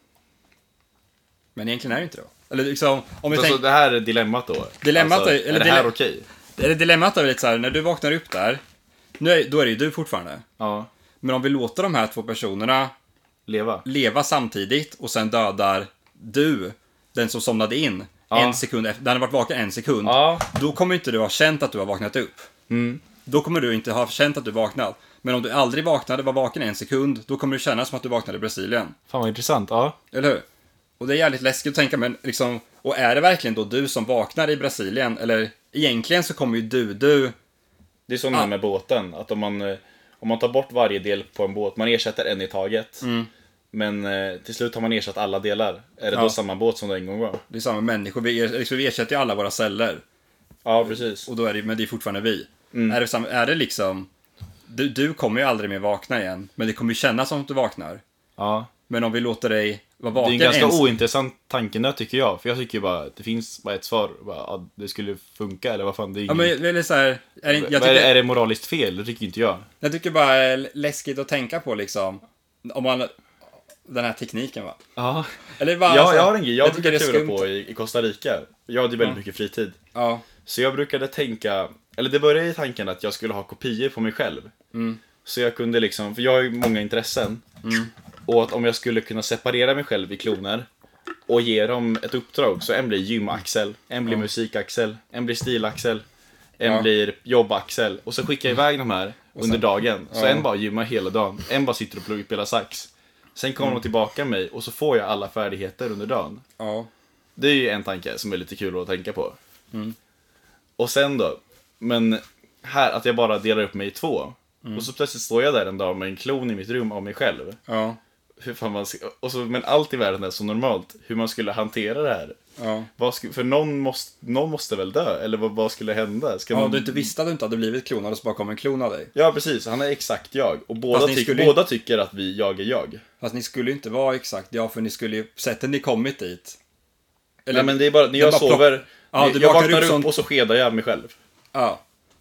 Speaker 3: Men egentligen är det inte det. Eller liksom, om vi
Speaker 2: Alltså,
Speaker 3: tänker...
Speaker 2: det här är dilemmat då?
Speaker 3: Dilemmat
Speaker 2: alltså,
Speaker 3: är-
Speaker 2: är
Speaker 3: eller
Speaker 2: det här
Speaker 3: dile-
Speaker 2: okej?
Speaker 3: Eller dilemmat är lite så här, när du vaknar upp där, nu är, då är det ju du fortfarande.
Speaker 2: Ja.
Speaker 3: Men om vi låter de här två personerna
Speaker 2: Leva?
Speaker 3: leva samtidigt och sen dödar du, den som somnade in,
Speaker 2: Ja.
Speaker 3: en sekund efter, den har varit vaken en sekund,
Speaker 2: Ja.
Speaker 3: då kommer inte du ha känt att du har vaknat upp.
Speaker 2: Mm.
Speaker 3: Då kommer du inte ha känt att du vaknat. Men om du aldrig vaknade, var vaken en sekund, då kommer du känna som att du vaknade i Brasilien.
Speaker 2: Fan vad intressant. Ja.
Speaker 3: Eller hur? Och det är jävligt läskigt att tänka, men liksom, och är det verkligen då du som vaknar i Brasilien? Eller egentligen så kommer ju du, du,
Speaker 2: Det är som
Speaker 3: Ah.
Speaker 2: det med båten. Att om man, eh, om man tar bort varje del på en båt, man ersätter en i taget.
Speaker 3: Mm.
Speaker 2: Men eh, till slut har man ersatt alla delar. Är det
Speaker 3: Ja.
Speaker 2: då samma båt som det en gång var?
Speaker 3: det är samma människor, vi, er, liksom, vi ersätter ju alla våra celler.
Speaker 2: Ja, precis.
Speaker 3: Och då är det, men det är fortfarande vi.
Speaker 2: Mm.
Speaker 3: Är, det samma, är det liksom, du, du kommer ju aldrig mer vakna igen, men det kommer ju kännas som att du vaknar.
Speaker 2: Ja.
Speaker 3: Men om vi låter dig vara
Speaker 2: Det är
Speaker 3: vaken
Speaker 2: en ganska
Speaker 3: en-
Speaker 2: ointressant tankenöt tycker jag. För jag tycker ju bara att det finns bara ett svar. Bara, ja, det skulle funka eller vad fan. Det är,
Speaker 3: Ja,
Speaker 2: ingen...
Speaker 3: men, eller så här, är det, jag,
Speaker 2: Vad är,
Speaker 3: tycker,
Speaker 2: det, är det moraliskt fel? Det tycker inte jag.
Speaker 3: jag tycker bara det är läskigt att tänka på liksom, om man, den här tekniken va.
Speaker 2: Ja.
Speaker 3: Eller bara,
Speaker 2: Ja,
Speaker 3: alltså,
Speaker 2: jag har en grej. Jag,
Speaker 3: tycker
Speaker 2: brukar
Speaker 3: det är
Speaker 2: klura
Speaker 3: skumt.
Speaker 2: på i, i Costa Rica. Jag hade ju väldigt
Speaker 3: Ja.
Speaker 2: mycket fritid.
Speaker 3: Ja,
Speaker 2: Så jag brukade tänka, eller det började i tanken att jag skulle ha kopior på mig själv.
Speaker 3: Mm.
Speaker 2: Så jag kunde liksom, för jag har ju många intressen.
Speaker 3: Mm.
Speaker 2: Och att om jag skulle kunna separera mig själv i kloner och ge dem ett uppdrag. Så en blir gym-Axel, en blir
Speaker 3: Ja.
Speaker 2: musik-Axel, en blir stil-Axel, en
Speaker 3: Ja.
Speaker 2: blir jobb-Axel. Och så skickar jag iväg de här under
Speaker 3: sen-
Speaker 2: dagen. Så
Speaker 3: ja.
Speaker 2: en bara gymmar hela dagen, en bara sitter och pluggar spelar sax. Sen kommer
Speaker 3: Mm.
Speaker 2: de tillbaka mig och så får jag alla färdigheter under dagen.
Speaker 3: ja,
Speaker 2: Det är ju en tanke som är lite kul att tänka på.
Speaker 3: Mm.
Speaker 2: Och sen då, men här att jag bara delar upp mig i två.
Speaker 3: Mm.
Speaker 2: Och så plötsligt står jag där en dag med en klon i mitt rum av mig själv.
Speaker 3: ja,
Speaker 2: Hur fan man ska, och så, men allt i världen är så normalt. Hur man skulle hantera det här.
Speaker 3: ja.
Speaker 2: Vad sku, för någon måste, någon måste väl dö? Eller vad, vad skulle hända? Ska
Speaker 3: Ja,
Speaker 2: man,
Speaker 3: om du inte visste att du inte hade blivit klonad och så bara kom en klon av dig.
Speaker 2: Ja, precis. Han är exakt jag. Och båda,
Speaker 3: ni
Speaker 2: tyck,
Speaker 3: skulle-
Speaker 2: båda tycker att vi, jag är jag.
Speaker 3: Fast ni skulle ju inte vara exakt ja, för ni skulle ju, sättet ni kommit dit. Eller,
Speaker 2: Nej, men det är bara, när
Speaker 3: det
Speaker 2: jag
Speaker 3: bara plock-
Speaker 2: sover,
Speaker 3: Ja,
Speaker 2: jag,
Speaker 3: du
Speaker 2: jag
Speaker 3: vaknar
Speaker 2: vaknar
Speaker 3: upp
Speaker 2: upp
Speaker 3: sånt-
Speaker 2: och så skedar jag mig själv.
Speaker 3: Ja.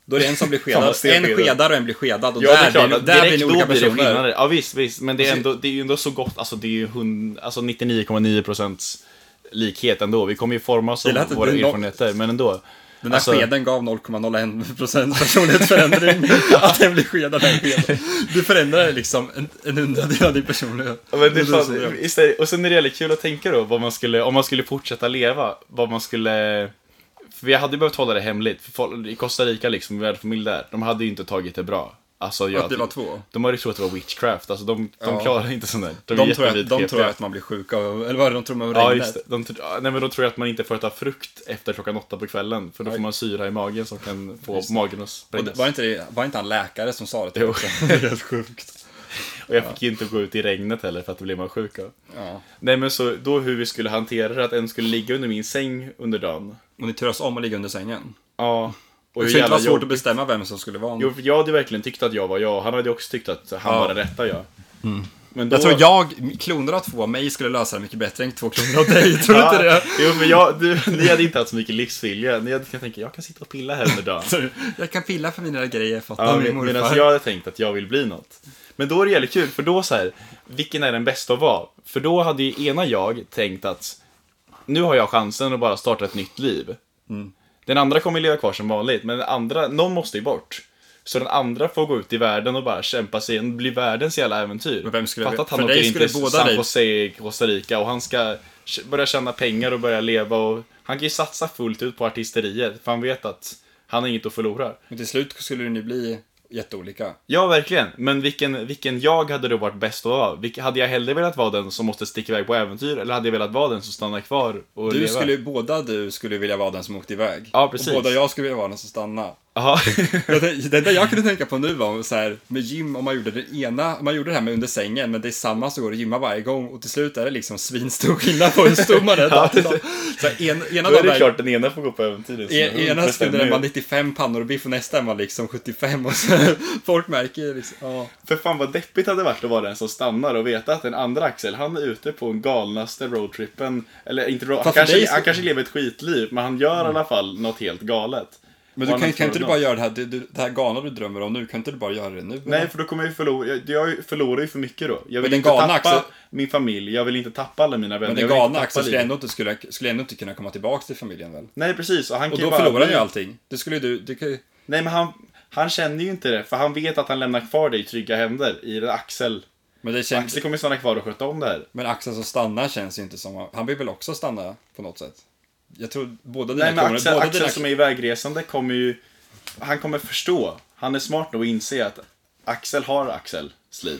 Speaker 3: Då är det en som blir
Speaker 2: Fan,
Speaker 3: skedad,
Speaker 2: vad stel
Speaker 3: en
Speaker 2: skillnad.
Speaker 3: skedar och en blir skedad. Och
Speaker 2: Ja, det är
Speaker 3: där
Speaker 2: klart,
Speaker 3: blir,
Speaker 2: att
Speaker 3: där
Speaker 2: direkt
Speaker 3: blir ni olika
Speaker 2: då blir det
Speaker 3: personer.
Speaker 2: skillnader. Ja visst, visst, men det är, ändå, det är ju ändå så gott, alltså det är ju hund, alltså nittionio komma nio procent likhet ändå. Vi kommer ju forma oss
Speaker 3: Det
Speaker 2: av
Speaker 3: lät-
Speaker 2: våra
Speaker 3: det är no-
Speaker 2: erfarenheter, men ändå.
Speaker 3: Den där
Speaker 2: Alltså-
Speaker 3: skeden gav noll komma noll ett procent personlighetsförändring. Att den blir skedad, den skeden. Du förändrar liksom en, en hundradel av din personlighet.
Speaker 2: Ja, men det är
Speaker 3: Och du
Speaker 2: fan,
Speaker 3: så-
Speaker 2: istället, och sen är det jävligt kul att tänka då, vad man skulle, om man skulle fortsätta leva, vad man skulle... För vi hade ju behövt hålla det hemligt, för folk, i Costa Rica liksom, vi hade familj där, de hade ju inte tagit det bra. Alltså, jag,
Speaker 3: Att det var två.
Speaker 2: De hade ju trott att det var witchcraft, alltså de, de
Speaker 3: Ja.
Speaker 2: klarar inte sånt där.
Speaker 3: De,
Speaker 2: är
Speaker 3: tror, att, de
Speaker 2: jättevidkepiga.
Speaker 3: tror att man blir sjuk av, eller vad är det de tror med
Speaker 2: Ja,
Speaker 3: regnet?
Speaker 2: just det. De, tr- ja, nej, men de tror att man inte får äta frukt efter klockan åtta på kvällen, för då
Speaker 3: Nej.
Speaker 2: får man syra i magen som kan få
Speaker 3: Just det.
Speaker 2: magen att
Speaker 3: Och
Speaker 2: sprängas.
Speaker 3: det, var, inte det, var inte han läkare som sa det till
Speaker 2: Jo.
Speaker 3: också? Det är helt sjukt.
Speaker 2: Och jag fick ju inte gå ut i regnet heller för att det blev man sjuk av.
Speaker 3: Ja.
Speaker 2: Nej men så då hur vi skulle hantera det, att en skulle ligga under min säng under dagen.
Speaker 3: Och ni turas om att ligga under sängen.
Speaker 2: Ja. Och
Speaker 3: Det
Speaker 2: hur
Speaker 3: skulle inte
Speaker 2: jävla
Speaker 3: vara svårt
Speaker 2: jobb...
Speaker 3: att bestämma vem som skulle vara.
Speaker 2: Jo, för jag hade verkligen tyckt att jag var jag. Han hade ju också tyckt att han
Speaker 3: Ja.
Speaker 2: var den rätta jag. Men då...
Speaker 3: Jag tror jag, kloner av två av mig skulle lösa det mycket bättre än två kloner av dig. Tror du
Speaker 2: Ja,
Speaker 3: inte det?
Speaker 2: Jo, men jag, du, ni hade inte haft så mycket livsvilja. Ni hade kunnat tänka, jag kan sitta och pilla här under dagen.
Speaker 3: Så jag kan pilla för mina grejer, fattar
Speaker 2: Ja,
Speaker 3: min
Speaker 2: men,
Speaker 3: morfar.
Speaker 2: medan jag hade tänkt att jag vill bli något. Men då är det jävligt kul, för då så här, vilken är den bästa att vara? För då hade ju ena jag tänkt att nu har jag chansen att bara starta ett nytt liv.
Speaker 3: Mm.
Speaker 2: Den andra kommer leva kvar som vanligt, men den andra, någon måste ju bort. Så den andra får gå ut i världen och bara kämpa sig igen, bli världens jävla äventyr.
Speaker 3: Men vem skulle-
Speaker 2: Fatta att han
Speaker 3: för
Speaker 2: åker
Speaker 3: dig
Speaker 2: in
Speaker 3: skulle
Speaker 2: till
Speaker 3: båda
Speaker 2: San
Speaker 3: dig-
Speaker 2: Jose i Costa Rica och han ska börja tjäna pengar och börja leva och han kan ju satsa fullt ut på artisteriet, för han vet att han har inget att förlora.
Speaker 3: Men till slut skulle ni bli jätteolika.
Speaker 2: Ja, verkligen. Men vilken, vilken jag hade då varit bäst att vara? Vilk, hade jag hellre velat vara den som måste sticka iväg på äventyr? Eller hade jag velat vara den som stannar kvar och
Speaker 3: Du
Speaker 2: lever?
Speaker 3: skulle, båda du skulle vilja vara den som åkte iväg.
Speaker 2: Ja, precis.
Speaker 3: Och båda jag skulle vilja vara den som stannade.
Speaker 2: Jaha.
Speaker 3: Jag tänkte- Det enda jag kunde tänka på nu var så här, med gym, om man gjorde det ena, man gjorde det här med under sängen, men det är samma så går det gymma varje gång och till slut är det liksom svinstor skillnad på hur stor man är dag till dag. Så här, en, ena
Speaker 2: Då är
Speaker 3: dagen
Speaker 2: det
Speaker 3: är-
Speaker 2: klart den ena får gå på äventyr.
Speaker 3: E- ena stunden är man nittiofem pannor och biff och nästa är man liksom sjuttiofem och så folk märker liksom, ja.
Speaker 2: För fan vad deppigt hade varit att vara den som stannar och veta att den andra Axel, han är ute på en galnaste roadtrippen. Eller inte road, han,
Speaker 3: Fast för
Speaker 2: kanske,
Speaker 3: dig så-
Speaker 2: han kanske lever ett skitliv, men han gör i alla fall något helt galet.
Speaker 3: Men du
Speaker 2: Var
Speaker 3: kan,
Speaker 2: något
Speaker 3: kan inte du
Speaker 2: för
Speaker 3: bara
Speaker 2: något.
Speaker 3: göra det här, du, du, det här galna du drömmer om nu, kan inte du bara göra det nu?
Speaker 2: Nej, för då kommer jag ju förlora, jag, jag förlorar ju för mycket då. Jag vill
Speaker 3: den
Speaker 2: inte
Speaker 3: galna
Speaker 2: tappa
Speaker 3: Axel-
Speaker 2: min familj, jag vill inte tappa alla mina vänner.
Speaker 3: Men den
Speaker 2: jag vill inte
Speaker 3: galna
Speaker 2: tappa
Speaker 3: Axel skulle
Speaker 2: livet.
Speaker 3: ändå, inte, skulle, skulle ändå inte kunna komma tillbaka till familjen väl?
Speaker 2: Nej, precis. Och, han
Speaker 3: Och
Speaker 2: kan ju
Speaker 3: då
Speaker 2: bara
Speaker 3: förlorar han ju
Speaker 2: bli-
Speaker 3: allting. Det skulle du, du kan ju...
Speaker 2: Nej, men han, han känner ju inte det, för han vet att han lämnar kvar dig i trygga händer i det Axel.
Speaker 3: Men, det känns,
Speaker 2: Axel kommer stanna kvar och sköta om det här.
Speaker 3: men Axel som stannar känns ju inte som... Han vill väl också stanna på något sätt? Jag tror båda dina
Speaker 2: Nej, men
Speaker 3: kloner...
Speaker 2: Axel,
Speaker 3: båda
Speaker 2: Axel
Speaker 3: dina,
Speaker 2: som är ivägresande kommer ju... Han kommer förstå. Han är smart nog att inse att Axel har Axels liv.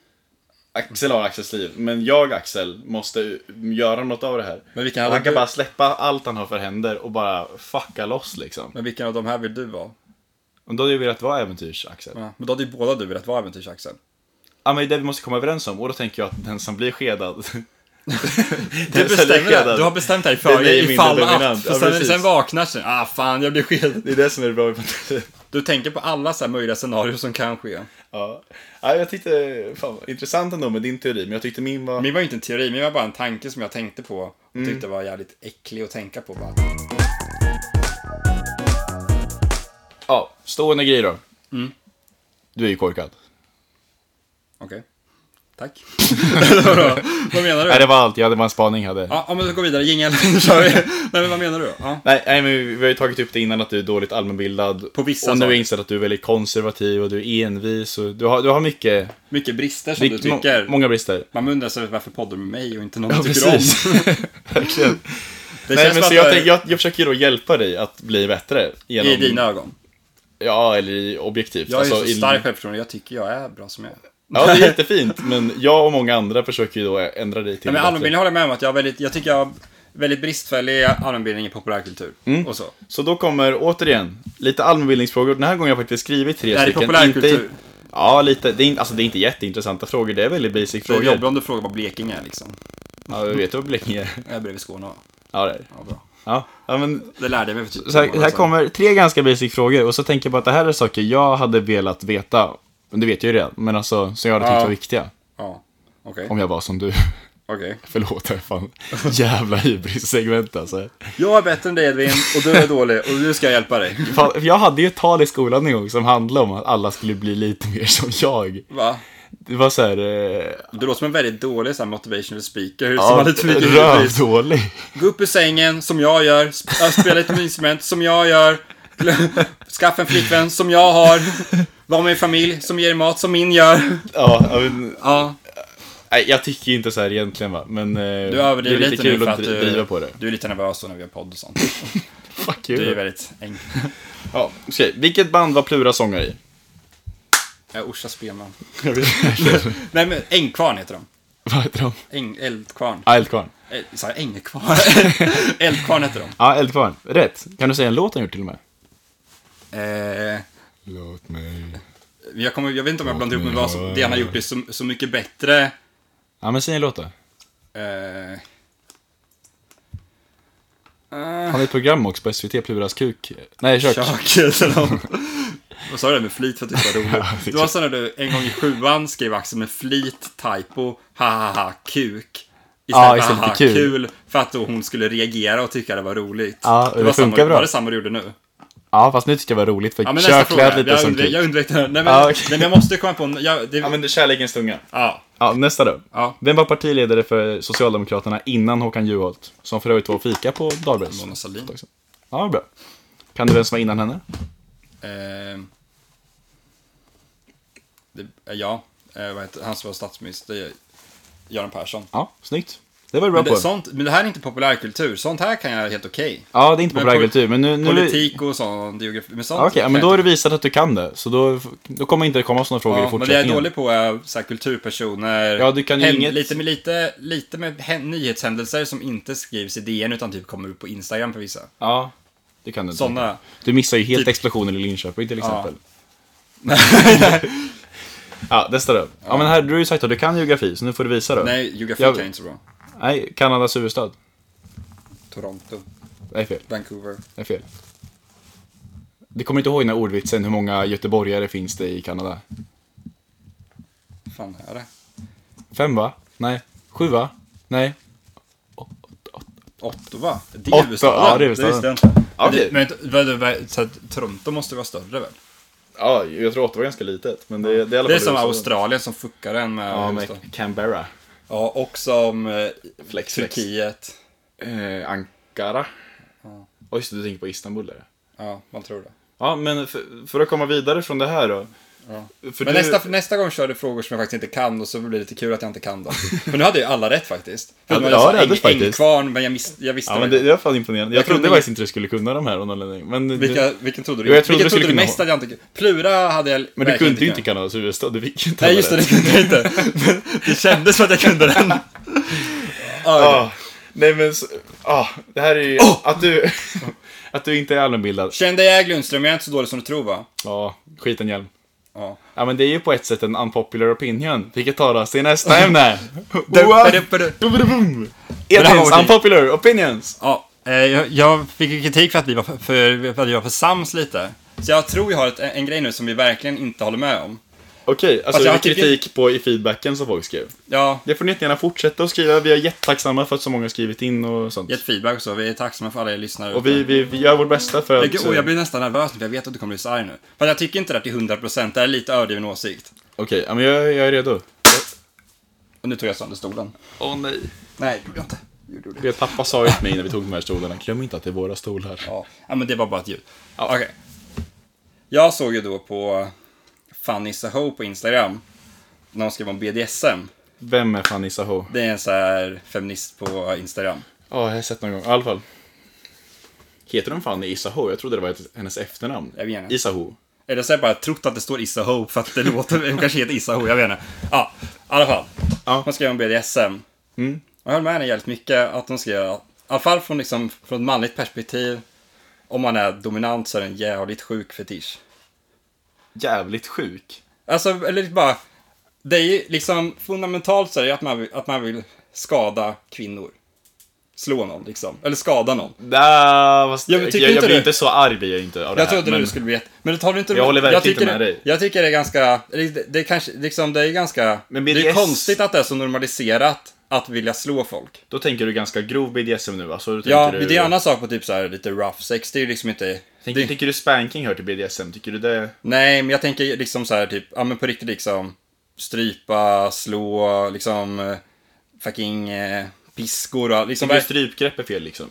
Speaker 2: Axel har Axels liv. Men jag, Axel, måste göra något av det här.
Speaker 3: Men vilken
Speaker 2: Och
Speaker 3: hade
Speaker 2: han kan
Speaker 3: du-
Speaker 2: bara släppa allt han har för händer och bara fucka loss liksom.
Speaker 3: Men vilken av de här vill du vara?
Speaker 2: Och då hade jag velat vara äventyrs-Axel. Ja.
Speaker 3: Ja, men då hade ju båda du velat vara äventyrs-Axel.
Speaker 2: men det är det vi måste komma överens om. Och då tänker jag att den som blir skedad...
Speaker 3: Du bestämmer det. Du har bestämt det här i
Speaker 2: Den är
Speaker 3: förväg
Speaker 2: mindre
Speaker 3: ifall att.
Speaker 2: dominant.
Speaker 3: Och
Speaker 2: Ja,
Speaker 3: sen,
Speaker 2: precis.
Speaker 3: sen vaknar sen. Ah fan, jag blir skedad.
Speaker 2: Det är det som är det bra med
Speaker 3: Du tänker på alla så här möjliga scenarier som kan ske.
Speaker 2: Ja. Ja, jag tyckte, fan, intressant ändå med din teori, men jag tyckte min var...
Speaker 3: Min var ju inte en teori, min var bara en tanke som jag tänkte på. Och
Speaker 2: Mm.
Speaker 3: tyckte var jävligt äcklig att tänka på bara.
Speaker 2: Ja, stående grej då.
Speaker 3: Mm.
Speaker 2: Du är ju korkad.
Speaker 3: Okej. Tack. Vad menar du?
Speaker 2: Nej, det var allt. Jag hade bara en spaning jag hade.
Speaker 3: Ja, om vi går vidare. Jingel. Nu kör vi. Nej, men vad menar du? Ja.
Speaker 2: Nej, nej, men vi har ju tagit upp det innan att du är dåligt allmänbildad.
Speaker 3: På vissa
Speaker 2: Och nu har
Speaker 3: saker.
Speaker 2: jag insett att du är väldigt konservativ och du är envis. Och du, har, du har mycket...
Speaker 3: Mycket brister som du
Speaker 2: må-
Speaker 3: tycker.
Speaker 2: Många brister.
Speaker 3: Man undrar sig varför poddar med mig och inte någon
Speaker 2: Ja,
Speaker 3: du tycker om.
Speaker 2: precis. Verkligen.
Speaker 3: Det
Speaker 2: Nej,
Speaker 3: känns
Speaker 2: men
Speaker 3: som
Speaker 2: så jag,
Speaker 3: att
Speaker 2: tänk, jag, jag försöker ju då hjälpa dig att bli bättre. Genom,
Speaker 3: i dina ögon.
Speaker 2: Ja, eller i objektivt.
Speaker 3: Jag är
Speaker 2: Alltså,
Speaker 3: så
Speaker 2: i-
Speaker 3: stark självförtroende. Jag tycker jag är bra som jag är.
Speaker 2: Ja, det är jättefint. Men jag och många andra försöker ju då ändra dig till
Speaker 3: Nej, men
Speaker 2: bättre.
Speaker 3: allmänbildning håller jag med om att jag har väldigt, jag tycker jag har väldigt bristfällig allmänbildning i populärkultur.
Speaker 2: Mm.
Speaker 3: Och så.
Speaker 2: Så då kommer återigen lite allmänbildningsfrågor. Den här gången har jag faktiskt skrivit tre
Speaker 3: Det här är
Speaker 2: stycken.
Speaker 3: populärkultur.
Speaker 2: Inte, ja, lite. Det är, inte- alltså, det är inte jätteintressanta frågor. Det är väldigt basic
Speaker 3: Det är
Speaker 2: frågor.
Speaker 3: jobbigt om du frågar vad Blekinge är liksom.
Speaker 2: Ja, jag vet vad Blekinge är.
Speaker 3: Jag är bredvid Skåne.
Speaker 2: Ja, det är det.
Speaker 3: Ja, bra.
Speaker 2: Ja, ja, men
Speaker 3: Det lärde jag mig för typ
Speaker 2: så här,
Speaker 3: två år
Speaker 2: här
Speaker 3: sedan.
Speaker 2: kommer tre ganska basic frågor. Och så tänker jag på att det här är saker jag hade velat veta. Men det vet jag ju redan. Men alltså, som jag hade tyckt
Speaker 3: Ja.
Speaker 2: var viktiga.
Speaker 3: Ja, okej.
Speaker 2: Om jag var som du.
Speaker 3: Okej.
Speaker 2: Förlåt, det är fan jävla hybris-segment alltså.
Speaker 3: Jag är bättre än dig Edvin och du är dålig och nu ska jag hjälpa dig.
Speaker 2: Fan, jag hade ju ett tal i skolan en gång som handlade om att alla skulle bli lite mer som jag.
Speaker 3: Va?
Speaker 2: Det var så här... Eh,
Speaker 3: Du låter som en väldigt dålig så här, motivational speaker. Som
Speaker 2: ja,
Speaker 3: hade lite mycket hybris.
Speaker 2: rövdålig.
Speaker 3: Gå upp ur sängen som jag gör. Sp- spela ett instrument som jag gör. Skaffa en flickvän som jag har. Var med en familj som ger mat som min gör.
Speaker 2: Ja, men,
Speaker 3: Ja.
Speaker 2: nej, jag tycker inte så här egentligen va. Men eh,
Speaker 3: Du
Speaker 2: det är
Speaker 3: överdriver
Speaker 2: lite
Speaker 3: lite nu
Speaker 2: kul
Speaker 3: för
Speaker 2: att
Speaker 3: att
Speaker 2: driva
Speaker 3: du,
Speaker 2: på det.
Speaker 3: du är lite nervös när vi har podd och sånt.
Speaker 2: Fuck
Speaker 3: Du är
Speaker 2: you.
Speaker 3: väldigt enkel.
Speaker 2: Ja, okej. Vilket band var Plura sångare i?
Speaker 3: Ja, Orsa Spelman. Nej men Ängkvarn heter de.
Speaker 2: Vad heter de?
Speaker 3: Äng, Eldkvarn.
Speaker 2: Ja, Eldkvarn.
Speaker 3: Eh, Sa jag Ängkvarn? Eldkvarn heter de.
Speaker 2: Ja, Eldkvarn. Rätt. Kan du säga en låt han gjort till och med?
Speaker 3: Eh,
Speaker 2: Låt mig...
Speaker 3: jag, kommer, jag vet inte om jag blandar ihop med
Speaker 2: mig
Speaker 3: vad som, det han har gjort är så, så mycket bättre.
Speaker 2: Ja, men säg en låt då.
Speaker 3: Eh,
Speaker 2: Han har ett program också på S V T, Pluras kuk. Nej, kök.
Speaker 3: Tjack, eller någon. Vad sa du det med flit för att det var roligt?
Speaker 2: Ja, det är
Speaker 3: Det var så när du en gång i sjuan skrev Axel med flit, typo, hahaha, kuk.
Speaker 2: Ja,
Speaker 3: Istället
Speaker 2: istället
Speaker 3: för
Speaker 2: för
Speaker 3: haha,
Speaker 2: kul.
Speaker 3: kul. För att då hon skulle reagera och tycka det var roligt.
Speaker 2: Ja, och det
Speaker 3: var
Speaker 2: funkar
Speaker 3: samma,
Speaker 2: bra.
Speaker 3: Var det samma du gjorde nu?
Speaker 2: Ja, fast nu tycker jag det var roligt för
Speaker 3: Ja, men nästa
Speaker 2: kök
Speaker 3: fråga.
Speaker 2: lät lite
Speaker 3: Jag,
Speaker 2: som
Speaker 3: undvek,
Speaker 2: kuk.
Speaker 3: jag undvek det. Nej men,
Speaker 2: Ja, okej.
Speaker 3: nej, men jag måste komma på en... Jag, det,
Speaker 2: Ja, men det är kärlekens tunga.
Speaker 3: ja.
Speaker 2: Ja, nästa då.
Speaker 3: Ja.
Speaker 2: Vem var partiledare för Socialdemokraterna innan Håkan Juholt? Som för övrigt var och fika på Dahlbergs.
Speaker 3: Mona Sahlin.
Speaker 2: Ja, bra. Kan du vem som var innan henne?
Speaker 3: Eh, det, ja, eh, vad heter, han som var statsminister, Göran Persson.
Speaker 2: Ja, snyggt. Det var du bra
Speaker 3: Men det,
Speaker 2: på.
Speaker 3: sånt, men det här är inte populärkultur. Sånt här kan jag helt okej.
Speaker 2: Ja, det är inte
Speaker 3: Men
Speaker 2: populärkultur, men nu... nu
Speaker 3: Politik och sånt, geografi. Men sånt
Speaker 2: Ja, okej, ja,
Speaker 3: kan
Speaker 2: men
Speaker 3: jag
Speaker 2: då har
Speaker 3: inte.
Speaker 2: du visat att du kan det. Så då, då kommer inte det komma sådana frågor i
Speaker 3: Ja, men det jag
Speaker 2: fortsättningen.
Speaker 3: är dålig på är så här, kulturpersoner.
Speaker 2: Ja, du kan ju
Speaker 3: hän-
Speaker 2: inget-
Speaker 3: lite, med, lite, lite med hän- nyhetshändelser som inte skrivs i D N utan typ kommer upp på Instagram för vissa.
Speaker 2: Ja, det kan du inte.
Speaker 3: Sådana.
Speaker 2: Du missar ju helt
Speaker 3: Typ-
Speaker 2: explosionen i Linköping till
Speaker 3: Ja.
Speaker 2: exempel. Ja, nästa då. Ja, men här, du har ju sagt att du kan geografi, så nu får du visa då.
Speaker 3: Nej, geografi
Speaker 2: Jag-
Speaker 3: kan jag inte så bra.
Speaker 2: Nej, Kanadas huvudstad.
Speaker 3: Toronto,
Speaker 2: Det är fel.
Speaker 3: Vancouver.
Speaker 2: Det är fel. Du kommer inte ihåg den här ordvitsen hur många göteborgare finns det i Kanada?
Speaker 3: Fan är det?
Speaker 2: Fem va? Nej. Sju va? Nej.
Speaker 3: Ottawa? Det
Speaker 2: Ottawa,
Speaker 3: är huvudstaden.
Speaker 2: ja, det är huvudstaden.
Speaker 3: visste jag inte.
Speaker 2: Ja,
Speaker 3: Men,
Speaker 2: okej.
Speaker 3: det- men vad- vad- så att Toronto måste vara större väl?
Speaker 2: Ja, jag tror Ottawa var ganska litet. Men det, det är i alla
Speaker 3: Det är
Speaker 2: fall
Speaker 3: som
Speaker 2: huvudstaden.
Speaker 3: Australien som fuckar en med
Speaker 2: Ja,
Speaker 3: huvudstaden.
Speaker 2: med Canberra.
Speaker 3: Ja, och som eh,
Speaker 2: Flex, flex.
Speaker 3: Turkiet.
Speaker 2: Eh, Ankara.
Speaker 3: Ja.
Speaker 2: Oj, just det, du tänker på Istanbul där.
Speaker 3: Ja, man tror det.
Speaker 2: Ja, men för, för att komma vidare från det här då.
Speaker 3: Ja.
Speaker 2: För
Speaker 3: Men
Speaker 2: du,
Speaker 3: nästa, nästa gång kör du frågor som jag faktiskt inte kan och så blir det lite kul att jag inte kan dem. Men nu hade ju alla rätt faktiskt.
Speaker 2: Ja,
Speaker 3: För
Speaker 2: ja,
Speaker 3: jag sa
Speaker 2: det hade
Speaker 3: äng,
Speaker 2: faktiskt.
Speaker 3: Ängkvarn, men jag, miss, jag visste
Speaker 2: Ja, men
Speaker 3: det.
Speaker 2: det, det var fan imponerande. Jag,
Speaker 3: Jag
Speaker 2: trodde
Speaker 3: kunde-
Speaker 2: faktiskt inte du skulle kunna de här av någon anledning. Men,
Speaker 3: Vilka,
Speaker 2: du,
Speaker 3: vilken trodde du?
Speaker 2: Jo, jag trodde
Speaker 3: vilken
Speaker 2: du skulle
Speaker 3: trodde du
Speaker 2: kunna
Speaker 3: mest
Speaker 2: ha-
Speaker 3: att jag inte Plura hade jag
Speaker 2: men du
Speaker 3: verkligen
Speaker 2: kunde ju inte
Speaker 3: kunnat.
Speaker 2: Kanadas huvudstad. Du fick inte
Speaker 3: Nej,
Speaker 2: alla
Speaker 3: just det,
Speaker 2: rätt.
Speaker 3: det kunde jag inte. Men det kändes som att jag kunde den.
Speaker 2: Ah, nej men, så- ah, det här är ju att du att du inte är allmänbildad.
Speaker 3: Kände jag Lundström, jag är inte så dålig som du tror va?
Speaker 2: Ja, skit en hjälm.
Speaker 3: Ja.
Speaker 2: Ja, men det är ju på ett sätt en unpopular opinion. Vilket tar oss till nästa ämne. Edvins
Speaker 3: var
Speaker 2: unpopular opinions.
Speaker 3: Ja, eh, jag, jag fick ju kritik för att vi var för, för, för, att vi var för sams lite. Så jag tror jag har ett, en grej nu som vi verkligen inte håller med om.
Speaker 2: Okej, alltså
Speaker 3: jag
Speaker 2: det är
Speaker 3: tycker-
Speaker 2: kritik på i feedbacken som folk skrev.
Speaker 3: Ja,
Speaker 2: Det får ni gärna fortsätta att skriva. Vi är jättetacksamma för att så många har skrivit in och sånt.
Speaker 3: gett feedback och så. Vi är tacksamma för alla er lyssnare.
Speaker 2: Och vi, vi, vi gör vårt bästa för att...
Speaker 3: Jag, och jag blir nästan nervös nu för jag vet att du kommer bli så arg nu. För jag tycker inte det är till hundra procent, det är lite överdriven åsikt.
Speaker 2: Okej, ja, men jag, jag är redo.
Speaker 3: Och nu tog jag sönder stolen.
Speaker 2: Åh nej.
Speaker 3: Nej, det gjorde jag inte. Gjorde du det?
Speaker 2: Det pappa sa ju till mig när vi tog de här stolarna. Glöm inte att det är våra stolar.
Speaker 3: Ja, ja, men det var bara ett ljud. Ja, okej. Jag såg ju då på Fanny Saho på Instagram. När hon skrev om B D S M.
Speaker 2: Vem är Fanny Saho?
Speaker 3: Det är en så här feminist på Instagram.
Speaker 2: Ja, jag har sett någon gång. I alla fall. Heter de Fanny Isaho? Jag trodde det var ett, hennes efternamn.
Speaker 3: Jag vet inte.
Speaker 2: Isaho.
Speaker 3: Eller så har jag bara trott att det står Issa Hope för att det låter, hon kanske heter Issa Hope, jag vet inte. Ja, i alla fall.
Speaker 2: Ja.
Speaker 3: Hon skrev om B D S M.
Speaker 2: Mm.
Speaker 3: Och jag höll med henne jävligt mycket att hon skrev, att, i alla fall från, liksom, från ett manligt perspektiv, om man är dominant så är det en jävligt sjuk fetisch.
Speaker 2: Jävligt sjuk.
Speaker 3: Alltså, eller bara, det är ju liksom fundamentalt så är det att man, vill, att man vill skada kvinnor. Slå någon liksom, eller skada någon.
Speaker 2: Nja, fast
Speaker 3: Ja, men
Speaker 2: jag,
Speaker 3: tycker
Speaker 2: jag,
Speaker 3: inte
Speaker 2: blir
Speaker 3: du-
Speaker 2: inte så arg blir jag inte av det
Speaker 3: Jag
Speaker 2: här,
Speaker 3: trodde
Speaker 2: men...
Speaker 3: du skulle bli ett... Men det tar du inte...
Speaker 2: Jag håller verkligen
Speaker 3: tycker
Speaker 2: inte med
Speaker 3: det,
Speaker 2: dig.
Speaker 3: Jag tycker det är ganska... Det, det är kanske... Liksom, det är ganska...
Speaker 2: Men
Speaker 3: Det
Speaker 2: B D S
Speaker 3: är konstigt att det är så normaliserat att vilja slå folk.
Speaker 2: Då tänker du ganska grov B D S M nu, alltså, du
Speaker 3: Ja,
Speaker 2: du...
Speaker 3: det är en annan sak på typ så här lite rough sex. Det är ju liksom inte...
Speaker 2: Tänker,
Speaker 3: det...
Speaker 2: tycker du spanking hör till B D S M? Tycker du det?
Speaker 3: Nej, men jag tänker liksom så här typ, ja men på riktigt liksom strypa, slå, liksom eh, fucking eh, piskor och liksom.
Speaker 2: Tycker du strypgrepp är fel liksom?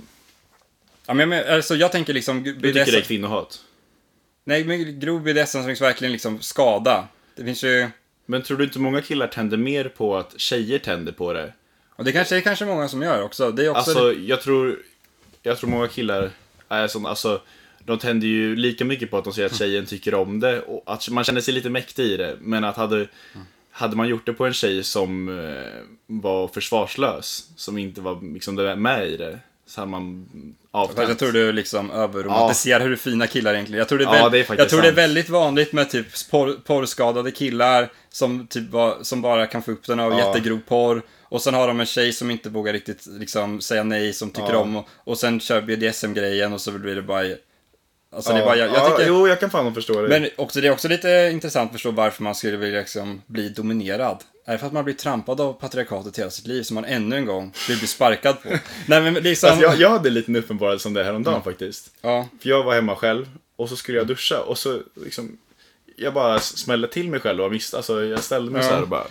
Speaker 3: Ja men jag- alltså jag tänker liksom
Speaker 2: Du tycker det är kvinnohat?
Speaker 3: Nej, men grov B D S M som liksom verkligen liksom skada. Det finns ju...
Speaker 2: Men tror du inte många killar tänder mer på att tjejer tänder på det?
Speaker 3: Och det kanske är kanske många som gör också. Det är också
Speaker 2: Alltså, jag tror, jag tror många killar är sån, alltså, de tänder ju lika mycket på att de säger att tjejen tycker om det och att man känner sig lite mäktig i det. Men att hade, hade man gjort det på en tjej som eh, var försvarslös, som inte var liksom med i det, så hade man avtänt.
Speaker 3: Jag tror du liksom överromantiserar ja. hur fina killar egentligen. Jag tror det är,
Speaker 2: Ja,
Speaker 3: väl,
Speaker 2: det är faktiskt
Speaker 3: jag tror det är
Speaker 2: sant.
Speaker 3: väldigt vanligt med typ porr, porrskadade killar som, typ var, som bara kan få upp den av
Speaker 2: Ja.
Speaker 3: jättegrov porr. Och sen har de en tjej som inte vågar riktigt liksom, säga nej, som tycker
Speaker 2: Ja.
Speaker 3: om. Och, och sen kör B D S M-grejen och så blir det bara... Alltså
Speaker 2: Ja.
Speaker 3: det är bara jag, jag
Speaker 2: Ja,
Speaker 3: tycker,
Speaker 2: jo, jag kan fan förstå det.
Speaker 3: Men också, det är också lite intressant att förstå varför man skulle vilja liksom bli dominerad. Är det för att man blir trampad av patriarkatet hela sitt liv som man ännu en gång vill bli sparkad på? Nej men liksom...
Speaker 2: Alltså, jag, jag hade en liten uppenbarelse om det här om dagen faktiskt.
Speaker 3: Ja.
Speaker 2: För jag var hemma själv och så skulle jag duscha och så liksom, jag bara smällde till mig själv och visst, alltså jag ställde mig
Speaker 3: Ja.
Speaker 2: så här och bara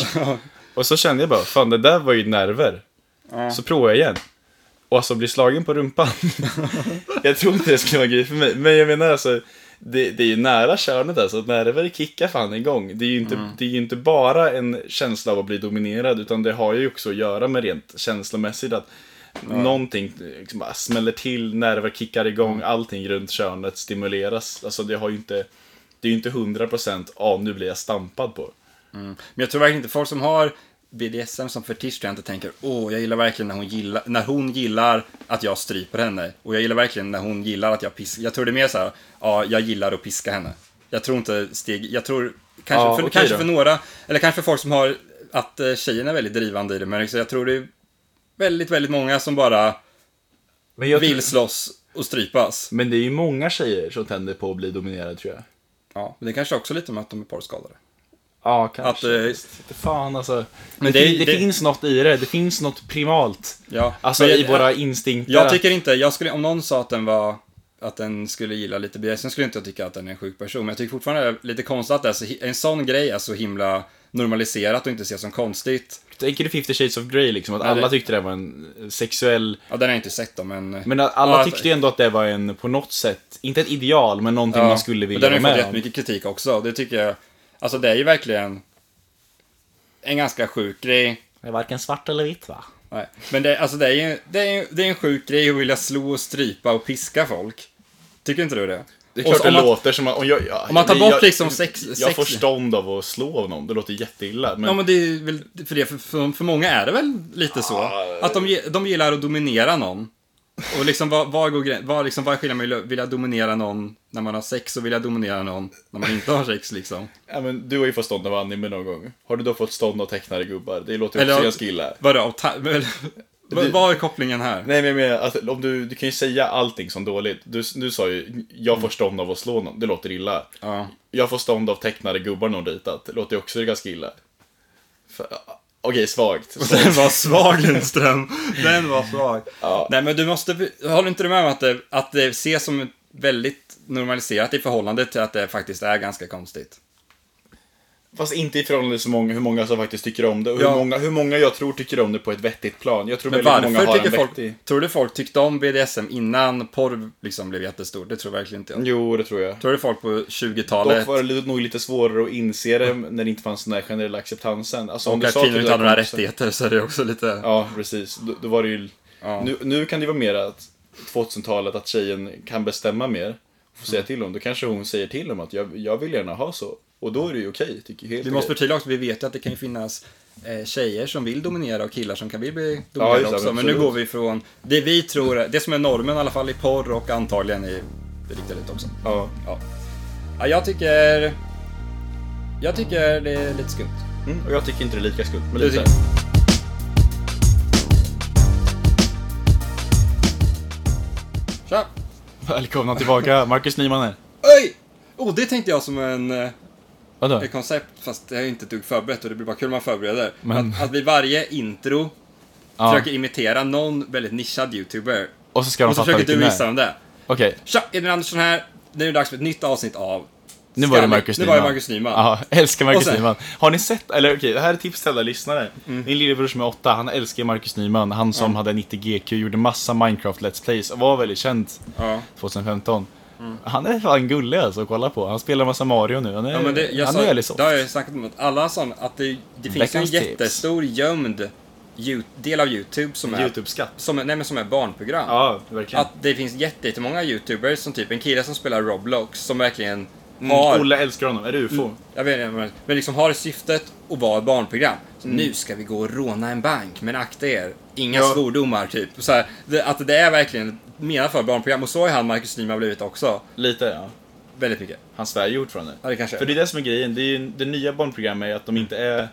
Speaker 2: och så kände jag bara, fan det där var ju nerver.
Speaker 3: Ja.
Speaker 2: Så provade jag igen. Och alltså bli slagen på rumpan. Jag tror inte det skulle vara grej för mig. Men jag menar alltså, det, det är ju nära könet alltså. Nerver kickar fan igång. Det är ju inte,
Speaker 3: Mm.
Speaker 2: det är ju inte bara en känsla av att bli dominerad. Utan det har ju också att göra med rent känslomässigt. Att någonting liksom bara smäller till, nerver kickar igång.
Speaker 3: Mm.
Speaker 2: Allting runt könet stimuleras. Alltså det har ju inte, det är ju inte hundra procent av nu blir jag stampad på.
Speaker 3: Men jag tror verkligen inte folk som har B D S M som fetisch tror jag inte tänker åh, jag gillar verkligen när hon gillar, när hon gillar att jag stryper henne. Och jag gillar verkligen när hon gillar att jag piskar. Jag tror det är mer så här, ja, jag gillar att piska henne. Jag tror inte steg, jag tror kanske,
Speaker 2: Ja,
Speaker 3: för,
Speaker 2: okej
Speaker 3: kanske
Speaker 2: då.
Speaker 3: för några, eller kanske för folk som har att eh, tjejen är väldigt drivande i det. Men liksom, jag tror det är väldigt, väldigt många som bara
Speaker 2: Men, jag
Speaker 3: vill slåss och strypas.
Speaker 2: men det är ju många tjejer som tänder på att bli dominerade tror jag.
Speaker 3: Ja, men det kanske också lite med att de är porrskadade.
Speaker 2: Ja, kanske.
Speaker 3: Att, eh,
Speaker 2: Inte fan alltså.
Speaker 3: Men
Speaker 2: det,
Speaker 3: det-
Speaker 2: fin- det,
Speaker 3: det-
Speaker 2: finns något i det. Det finns något primalt.
Speaker 3: Ja,
Speaker 2: Alltså
Speaker 3: men jag-
Speaker 2: i våra instinkter.
Speaker 3: Jag tycker inte, jag skulle, om någon sa att den var att den skulle gilla lite B D S M skulle inte jag tycka att den är en sjuk person. Men jag tycker fortfarande det är lite konstigt att det är så, en sån grej är så himla normaliserat och inte ses som konstigt.
Speaker 2: Tänker du Fifty Shades of Grey liksom? Att
Speaker 3: Nej,
Speaker 2: alla
Speaker 3: det-
Speaker 2: tyckte det var en sexuell...
Speaker 3: Ja, den har jag inte sett då, men...
Speaker 2: Men att alla
Speaker 3: Ja,
Speaker 2: tyckte ju ändå att det var en, på något sätt, inte ett ideal, men någonting man skulle
Speaker 3: och
Speaker 2: vilja
Speaker 3: den
Speaker 2: vara
Speaker 3: har ju fått
Speaker 2: med om.
Speaker 3: jättemycket kritik också. Det tycker jag, alltså det är ju verkligen en ganska sjuk grej.
Speaker 2: Det är varken svart eller vitt va?
Speaker 3: Nej. Men det, alltså det är ju det är, ju- det är en sjuk grej att vilja slå och strypa och piska folk. Tycker inte du det?
Speaker 2: Det är
Speaker 3: Och
Speaker 2: klart
Speaker 3: så-
Speaker 2: det
Speaker 3: om man-
Speaker 2: låter som att... Om, jag, jag,
Speaker 3: om man tar bort
Speaker 2: jag,
Speaker 3: liksom sex-
Speaker 2: Jag
Speaker 3: sex-
Speaker 2: får stånd av att slå någon, det låter jätteilla. Men,
Speaker 3: Ja, men det är väl, för, det, för, för, för många är det väl lite så. Att de, ge- de gillar att dominera någon. Och liksom, vad, vad, går, gre- vad, liksom, vad är skillnaden med att vilja dominera någon när man har sex och vilja dominera någon när man inte har sex liksom?
Speaker 2: ja, men du har ju fått stånd av anime någon gång. Har du då fått stånd av tecknade gubbar? Det låter
Speaker 3: Eller
Speaker 2: också
Speaker 3: av-
Speaker 2: ganska illa.
Speaker 3: Vadå? av ta- väl- vad,
Speaker 2: Du-
Speaker 3: vad är kopplingen här?
Speaker 2: Nej men jag menar, alltså, om du, du kan ju säga allting som dåligt. Du, du sa ju, jag får stånd av att slå någon, det låter illa.
Speaker 3: Ja.
Speaker 2: Jag får stånd av tecknade gubbar någon ritat, det låter ju också ganska illa. För- Okej, svagt.
Speaker 3: Den var svag, Lundström. Den var svag.
Speaker 2: Ja.
Speaker 3: Nej, men du måste... Håller inte du med om att det, att det ses som väldigt normaliserat i förhållande till att det faktiskt är ganska konstigt?
Speaker 2: Fast inte i förhållande till så många, hur många som faktiskt tycker om det. Och
Speaker 3: Ja.
Speaker 2: hur, många, hur många jag tror tycker om det på ett vettigt plan. Jag tror
Speaker 3: Men
Speaker 2: väldigt många
Speaker 3: varför
Speaker 2: har
Speaker 3: tycker
Speaker 2: en
Speaker 3: folk...
Speaker 2: vettig...
Speaker 3: Tror du folk tyckte om B D S M innan porr liksom blev jättestort? Det tror jag verkligen inte jag.
Speaker 2: Jo, det tror jag.
Speaker 3: Tror du folk på tjugotalet...
Speaker 2: Dock var det nog lite svårare att inse det när det inte fanns den här generella acceptansen. Alltså, om
Speaker 3: Och
Speaker 2: du
Speaker 3: att
Speaker 2: sa
Speaker 3: kvinnor
Speaker 2: till
Speaker 3: inte hade några
Speaker 2: kompisar-
Speaker 3: rättigheter så är det också lite...
Speaker 2: Ja, precis. Då, då var det ju...
Speaker 3: Ja.
Speaker 2: Nu, nu kan det vara mer att tvåtusentalet att tjejen kan bestämma mer och få säga till om. Då kanske hon säger till om att jag, jag vill gärna ha så. Och då är det ju okej, tycker jag. Helt
Speaker 3: Vi måste
Speaker 2: okej.
Speaker 3: förtydliga också, vi vet ju att det kan ju finnas eh, tjejer som vill dominera och killar som kan vill bli
Speaker 2: Ja,
Speaker 3: dominerade
Speaker 2: just det,
Speaker 3: också. Men nu
Speaker 2: absolut.
Speaker 3: går vi från det vi tror, är- det som är normen i alla fall i porr och antagligen i det riktiga livet också.
Speaker 2: Ja.
Speaker 3: Ja. Ja, jag tycker... Jag tycker det är lite skumt.
Speaker 2: Mm, och jag tycker inte det är lika skumt. Men
Speaker 3: Du
Speaker 2: lite.
Speaker 3: tycker- Tja!
Speaker 2: Välkomna tillbaka, Marcus Nyman här.
Speaker 3: Oj! Oh, det tänkte jag som en... eh,
Speaker 2: Vadå?
Speaker 3: Ett koncept, fast det är inte ett dugg förberett och det blir bara kul om man förbereder.
Speaker 2: Men-
Speaker 3: Att, att vid varje intro
Speaker 2: Ja.
Speaker 3: försöker imitera någon väldigt nischad YouTuber.
Speaker 2: Och så ska de
Speaker 3: Och så
Speaker 2: fatta
Speaker 3: försöker du
Speaker 2: vilken det
Speaker 3: visa
Speaker 2: är.
Speaker 3: dem det.
Speaker 2: Okej,
Speaker 3: Tja, Edvin Andersson här. Nu är det dags för ett nytt avsnitt av
Speaker 2: nu var det
Speaker 3: Skallig.
Speaker 2: Marcus
Speaker 3: Nu
Speaker 2: Nyman.
Speaker 3: var det Marcus Nyman.
Speaker 2: Ja, älskar Marcus
Speaker 3: Och sen-
Speaker 2: Nyman. Har ni sett, eller okej, det här är tips till alla lyssnare.
Speaker 3: Mm.
Speaker 2: Min lillebror som är åtta, han älskar Marcus Nyman. Han som hade nittio G Q, gjorde massa Minecraft Let's Plays och var väldigt känd
Speaker 3: Ja.
Speaker 2: tjugohundrafemton. Han är fan gullig alltså att kolla på. Han spelar massa Mario nu. Han är,
Speaker 3: Ja, men det, jag
Speaker 2: han
Speaker 3: sa,
Speaker 2: är väldigt soft.
Speaker 3: det har jag ju snackat om att alla sån, att det, det finns
Speaker 2: Veckans
Speaker 3: en
Speaker 2: tips.
Speaker 3: jättestor gömd ju- del av YouTube som är,
Speaker 2: YouTube-skatt.
Speaker 3: som, är- nej, men som är barnprogram.
Speaker 2: Ja, verkligen.
Speaker 3: Att det finns jättemånga YouTubers som typ en kille som spelar Roblox som verkligen
Speaker 2: Mm,
Speaker 3: har,
Speaker 2: Olle älskar honom. Är det U F O?
Speaker 3: jag vet inte, men- men liksom har syftet att vara ett barnprogram. Så
Speaker 2: Mm.
Speaker 3: nu ska vi gå och råna en bank, men akta er. Inga
Speaker 2: Ja.
Speaker 3: svordomar typ. Så här, det, att det är verkligen menat för barnprogram. Och så har han Marcus Nyman blivit också.
Speaker 2: Lite, ja.
Speaker 3: Väldigt mycket.
Speaker 2: Han svär ju fortfarande.
Speaker 3: Ja, det kanske är.
Speaker 2: För det är det som är grejen. Det, är ju, det nya barnprogrammet är att de inte är...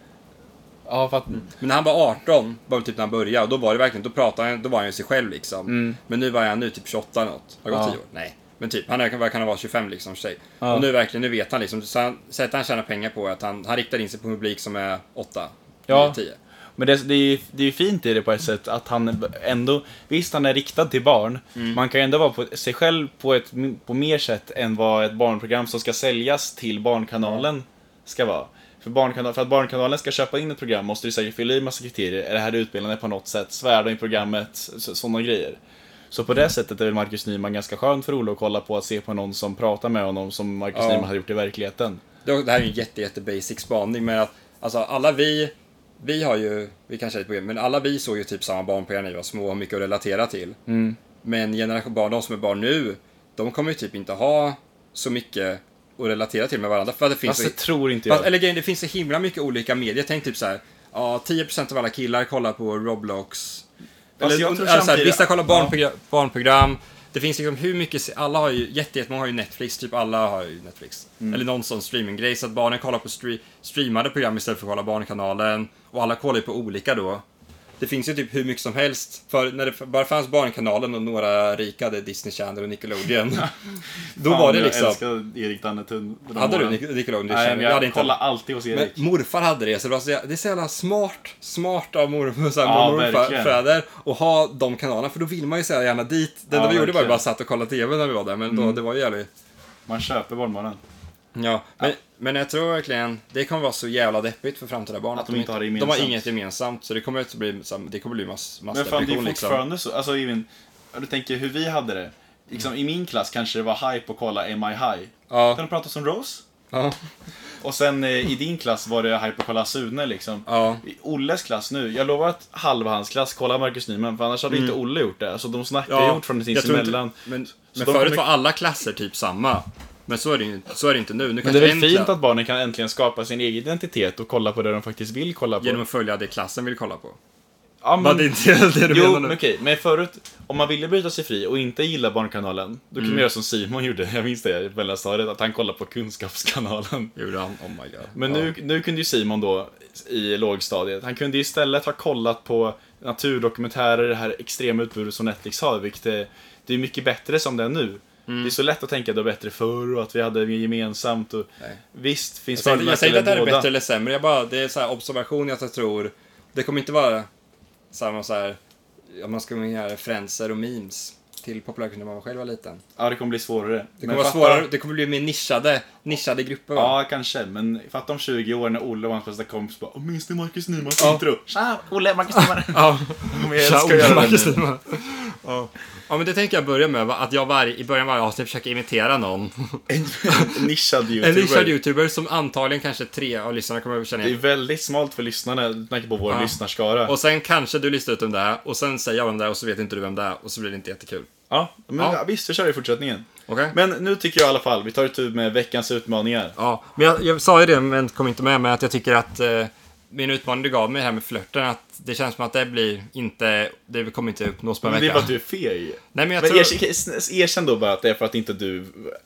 Speaker 2: Ja, för att...
Speaker 3: Men när han var arton, var typ när han började, och då var det verkligen, då pratade han, då var han ju sig själv liksom. Men nu var han nu typ tjugoåtta eller något. Har gått
Speaker 2: Ja.
Speaker 3: tio år? Nej. Men typ, han är, vad kan han vara, tjugofem liksom för sig.
Speaker 2: Ja.
Speaker 3: Och nu verkligen, nu vet han liksom, så han, sättet han tjänar pengar på är att han, han riktar in sig på en publik som är åtta,
Speaker 2: Ja.
Speaker 3: nio, tio.
Speaker 2: Men det, det, är ju, det är ju fint i det på ett sätt att han ändå, visst han är riktad till barn, man kan ju ändå vara på sig själv på ett på mer sätt än vad ett barnprogram som ska säljas till Barnkanalen ska vara. För, barnkanal, för att Barnkanalen ska köpa in ett program måste du säkert fylla i massa kriterier. Är det här utbildande på något sätt? Svär de i programmet? Så, sådana grejer. Så på det sättet är väl Marcus Nyman ganska skön för Olle att kolla på, att se på någon som pratar med honom som Marcus
Speaker 3: Ja.
Speaker 2: Nyman hade gjort i verkligheten.
Speaker 3: Det, det här är ju en jätte, jätte basic spaning, men att alltså alla vi, vi har ju, vi kanske är ett program, men alla vi såg ju typ samma barnprogram när vi var små och har mycket att relatera till.
Speaker 2: Mm.
Speaker 3: Men generation barn, de som är barn nu, de kommer ju typ inte ha så mycket att relatera till med varandra. För att det finns
Speaker 2: Fast
Speaker 3: så,
Speaker 2: det tror inte jag.
Speaker 3: fast, eller grejen, det finns så himla mycket olika medier. Tänk typ så här, ja, tio procent av alla killar kollar på Roblox.
Speaker 2: Fast
Speaker 3: Eller,
Speaker 2: jag tror
Speaker 3: eller så här,
Speaker 2: samtidigt-
Speaker 3: vissa kollar
Speaker 2: ja.
Speaker 3: barnprogram, barnprogram. Det finns liksom hur mycket, alla har ju, jätte- jättemånga har ju Netflix, typ alla har ju Netflix.
Speaker 2: Mm.
Speaker 3: Eller någon sån streaminggrej, så att barnen kollar på stre- streamade program istället för att kolla Barnkanalen. Och alla kollar ju på olika då. Det finns ju typ hur mycket som helst. För när det bara fanns Barnkanalen och några rika hade Disney Channel och Nickelodeon. Då
Speaker 2: Fan,
Speaker 3: var det
Speaker 2: jag
Speaker 3: liksom...
Speaker 2: älskar Erik Dannetun. de
Speaker 3: Hade du
Speaker 2: åren.
Speaker 3: Nic- Nickelodeon?
Speaker 2: Nej, men
Speaker 3: jag hade
Speaker 2: jag
Speaker 3: inte.
Speaker 2: kollar alltid hos
Speaker 3: Men
Speaker 2: Erik.
Speaker 3: morfar hade det, så det, var så, jä- det är så jävla smart, smart av morfar, så här,
Speaker 2: Ja,
Speaker 3: mormor och
Speaker 2: verkligen.
Speaker 3: fäder att ha de kanalerna, för då vill man ju så här gärna dit. Det enda
Speaker 2: Ja,
Speaker 3: vi gjorde var ju
Speaker 2: verkligen. Mm.
Speaker 3: bara satt och kollade tv när vi var där, men då, det var ju jävligt...
Speaker 2: Man köper Barnbarnen.
Speaker 3: Ja, men, men jag tror verkligen, det kommer vara så jävla deppigt för framtida barn.
Speaker 2: Att de inte har det
Speaker 3: De har
Speaker 2: gemensamt.
Speaker 3: inget gemensamt, så det kommer att bli, det kommer bli mass,
Speaker 2: Men fan, det är
Speaker 3: massdepression liksom.
Speaker 2: fortfarande så. Alltså, even, om du tänker hur vi hade det. Liksom, I min klass kanske det var hype att kolla M I High.
Speaker 3: Ja.
Speaker 2: Kan de prata som Rose?
Speaker 3: Ja.
Speaker 2: Och sen eh, i din klass var det hype att kolla Sune liksom.
Speaker 3: Ja.
Speaker 2: I Olles klass nu, jag lovar att halva hans klass kollar Marcus Nyman, för annars hade inte Olle gjort det. Alltså de snackar ju fortfarande
Speaker 3: Mm. jag tror
Speaker 2: sinsemellan.
Speaker 3: inte, men,
Speaker 2: Så
Speaker 3: men
Speaker 2: de
Speaker 3: förut
Speaker 2: kommer-
Speaker 3: var alla klasser typ samma. Men så är det ju så är det inte nu. nu
Speaker 2: Men
Speaker 3: kanske
Speaker 2: det är väl
Speaker 3: en
Speaker 2: fint
Speaker 3: klass-
Speaker 2: att barnen kan äntligen skapa sin egen identitet och kolla på det de faktiskt vill kolla på.
Speaker 3: Genom att följa det klassen vill kolla på.
Speaker 2: Ja,
Speaker 3: Var det inte det du
Speaker 2: Jo,
Speaker 3: menar
Speaker 2: men
Speaker 3: nu?
Speaker 2: okej, men förut, om man ville bryta sig fri och inte gilla Barnkanalen, då kunde man göra som Simon gjorde, jag minns det i mellanstadiet, att han kollade på Kunskapskanalen.
Speaker 3: Gjorde han? Oh my god.
Speaker 2: Men
Speaker 3: Ja.
Speaker 2: nu, nu kunde ju Simon då, i lågstadiet, han kunde ju istället ha kollat på naturdokumentärer, det här extrema utbudet som Netflix har, vilket är, det är mycket bättre som det är nu.
Speaker 3: Mm.
Speaker 2: Det är så lätt att tänka att det var bättre förr och att vi hade det gemensamt. Och
Speaker 3: Nej.
Speaker 2: visst, finns
Speaker 3: Jag säger, inte- jag säger inte att det här är
Speaker 2: båda.
Speaker 3: bättre eller sämre, jag bara, det är så här observation att jag tror, det kommer inte vara samma så här, om man ska göra referenser och memes till populärkultur när man själv var liten.
Speaker 2: Ja, det kommer bli svårare.
Speaker 3: Det
Speaker 2: Men
Speaker 3: kommer vara
Speaker 2: fatta-
Speaker 3: svårare, det kommer bli mer nischade, nischade grupper va?
Speaker 2: Ja, kanske. Men fatta om tjugo år när Olle och hans bästa kompis bara, "Åh, minns du Marcus Nymans
Speaker 3: Ja.
Speaker 2: intro?" Tja, Olle, Marcus Nyman.
Speaker 3: Ja.
Speaker 2: Men jag älskar att göra det nu.
Speaker 3: Ja. Ja, men det tänker jag börja med, va? Att jag var, i början av varje avsnitt försöker imitera någon.
Speaker 2: En nischad
Speaker 3: En
Speaker 2: youtuber.
Speaker 3: nischad youtuber som antagligen kanske tre av lyssnarna kommer att känna
Speaker 2: Det är
Speaker 3: igen.
Speaker 2: väldigt smalt för lyssnarna, med tanke på vår
Speaker 3: Ja.
Speaker 2: lyssnarskara.
Speaker 3: Och sen kanske du listar ut vem det är, och sen säger jag vem det är, och så vet inte du vem det är, och så blir det inte jättekul.
Speaker 2: Ja, men
Speaker 3: Ja.
Speaker 2: ja. visst, vi kör i fortsättningen.
Speaker 3: Okej?
Speaker 2: Men nu tycker jag i alla fall, vi tar ett tur med veckans utmaningar.
Speaker 3: Ja, men jag, jag sa ju det, men kom inte med, men att jag tycker att eh, min utmaning du gav mig här med flörten, att det känns som att det blir inte, det kommer inte uppnås på en
Speaker 2: Men det är
Speaker 3: vecka.
Speaker 2: bara att du är feg.
Speaker 3: Nej, men jag
Speaker 2: Men
Speaker 3: tror...
Speaker 2: erkänn, erkänn då bara att det är för att inte du...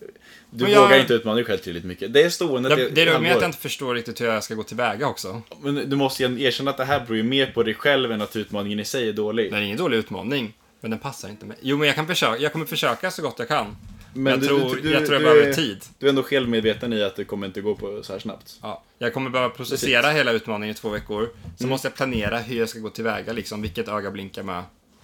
Speaker 2: Du
Speaker 3: Men jag-
Speaker 2: vågar inte utmana dig själv tillräckligt mycket. Det är stående
Speaker 3: Det,
Speaker 2: till
Speaker 3: det är det med
Speaker 2: halvår.
Speaker 3: att jag inte förstår riktigt hur jag ska gå tillväga också.
Speaker 2: Men du måste ju erkänna att det här beror ju mer på dig själv än att utmaningen i sig är dålig.
Speaker 3: Det är ingen dålig utmaning, men den passar inte mig. Jo, men jag kan försöka, jag kommer försöka så gott jag kan.
Speaker 2: Men
Speaker 3: jag,
Speaker 2: du,
Speaker 3: tror,
Speaker 2: du, du,
Speaker 3: jag tror jag
Speaker 2: du,
Speaker 3: behöver
Speaker 2: är-
Speaker 3: tid.
Speaker 2: Du är ändå självmedveten i att det kommer inte gå på så här snabbt.
Speaker 3: Ja, jag kommer behöva processera hela utmaningen i två veckor. Så måste jag planera hur jag ska gå tillväga, liksom. Vilket öga blinkar med.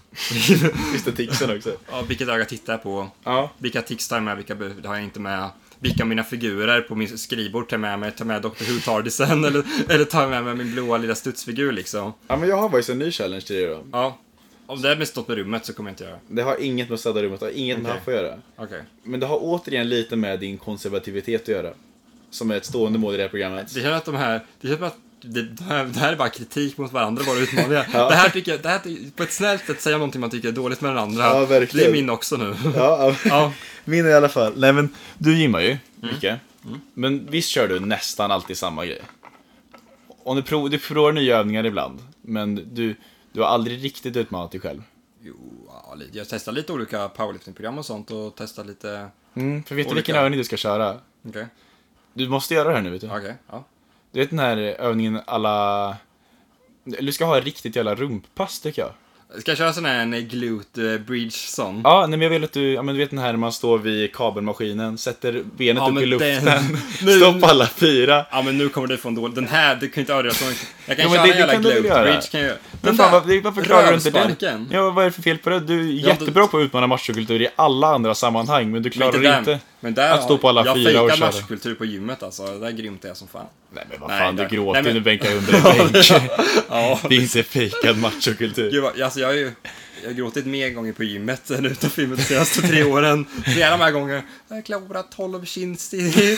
Speaker 2: Visst är tixen också.
Speaker 3: Ja, vilket öga tittar jag på.
Speaker 2: Ja.
Speaker 3: Vilka tics tar jag med, vilka be- har jag inte med. Vilka av mina figurer på min skrivbord tar jag med mig. Tar jag med doktor Who Tardisen eller, eller tar jag med mig min blåa lilla studsfigur, liksom.
Speaker 2: Ja, men jag har faktiskt en ny challenge till dig då.
Speaker 3: Ja. Om det är med stått med rummet så kommer jag inte göra.
Speaker 2: Det har inget med städa rummet, det har inget med
Speaker 3: Okej.
Speaker 2: haff att göra.
Speaker 3: Okej.
Speaker 2: Men det har återigen lite med din konservativitet att göra. Som är ett stående mål i det här programmet.
Speaker 3: Det känns att de här, det känns som att det, det, här, det här är bara kritik mot varandra, bara utmaningar. Det här tycker jag, det här, på ett snällt sätt säga någonting man tycker är dåligt med den andra.
Speaker 2: Ja, verkligen.
Speaker 3: Det är min också nu.
Speaker 2: Ja, ja.
Speaker 3: Ja.
Speaker 2: Min i alla fall. Nej, men du gymmar ju mycket. Mm. Men visst kör du nästan alltid samma grej? Om du, prov, du provar nya övningar ibland. Men du, du har aldrig riktigt utmanat dig själv.
Speaker 3: Jo, ja, lite. Jag testar lite olika powerlifting-program och sånt och testar lite...
Speaker 2: Mm, för vet du
Speaker 3: Olika.
Speaker 2: vilken övning du ska köra?
Speaker 3: Okej,
Speaker 2: Du måste göra det här nu, vet du.
Speaker 3: okej, ja.
Speaker 2: Du vet den här övningen alla... Du ska ha ett riktigt jävla rumppass, tycker jag.
Speaker 3: Ska jag köra sån här en glute bridge sån?
Speaker 2: Ja, nej, men jag vill att du... Ja, men du vet den här när man står vid kabelmaskinen, sätter benet
Speaker 3: Ja,
Speaker 2: upp
Speaker 3: men
Speaker 2: i luften,
Speaker 3: den- Nu-
Speaker 2: stoppar alla fyra.
Speaker 3: Ja, men nu kommer du få en dålig... Den här, du kan ju inte öra så mycket. Jag kan
Speaker 2: Ja, men
Speaker 3: köra
Speaker 2: det-
Speaker 3: en
Speaker 2: det
Speaker 3: jävla
Speaker 2: kan du väl
Speaker 3: glute
Speaker 2: göra?
Speaker 3: bridge. Kan jag göra.
Speaker 2: Men
Speaker 3: Den
Speaker 2: fan,
Speaker 3: där
Speaker 2: varför, varför klarar du inte den?
Speaker 3: rövsparken.
Speaker 2: Ja, vad är det för fel på det? Du är
Speaker 3: Ja,
Speaker 2: jättebra
Speaker 3: du-
Speaker 2: på att utmana machokultur i alla andra sammanhang, men du klarar
Speaker 3: Men inte
Speaker 2: inte
Speaker 3: den. Men där,
Speaker 2: att stå på alla
Speaker 3: jag
Speaker 2: fyra och
Speaker 3: fejkar
Speaker 2: köra.
Speaker 3: matchkultur på gymmet, alltså. Det där grymt är jag som fan.
Speaker 2: Nej, men vad
Speaker 3: Nej,
Speaker 2: fan,
Speaker 3: där-
Speaker 2: du gråter
Speaker 3: nej, men-
Speaker 2: nu bänkar under en bänk.
Speaker 3: Ja,
Speaker 2: Det är inte fejkad machokultur.
Speaker 3: Gud, vad- alltså jag har ju jag har gråtit mer gånger på gymmet än utanför gymmet de senaste tre åren. Flera de här gånger. Jag har klarat tolv chins.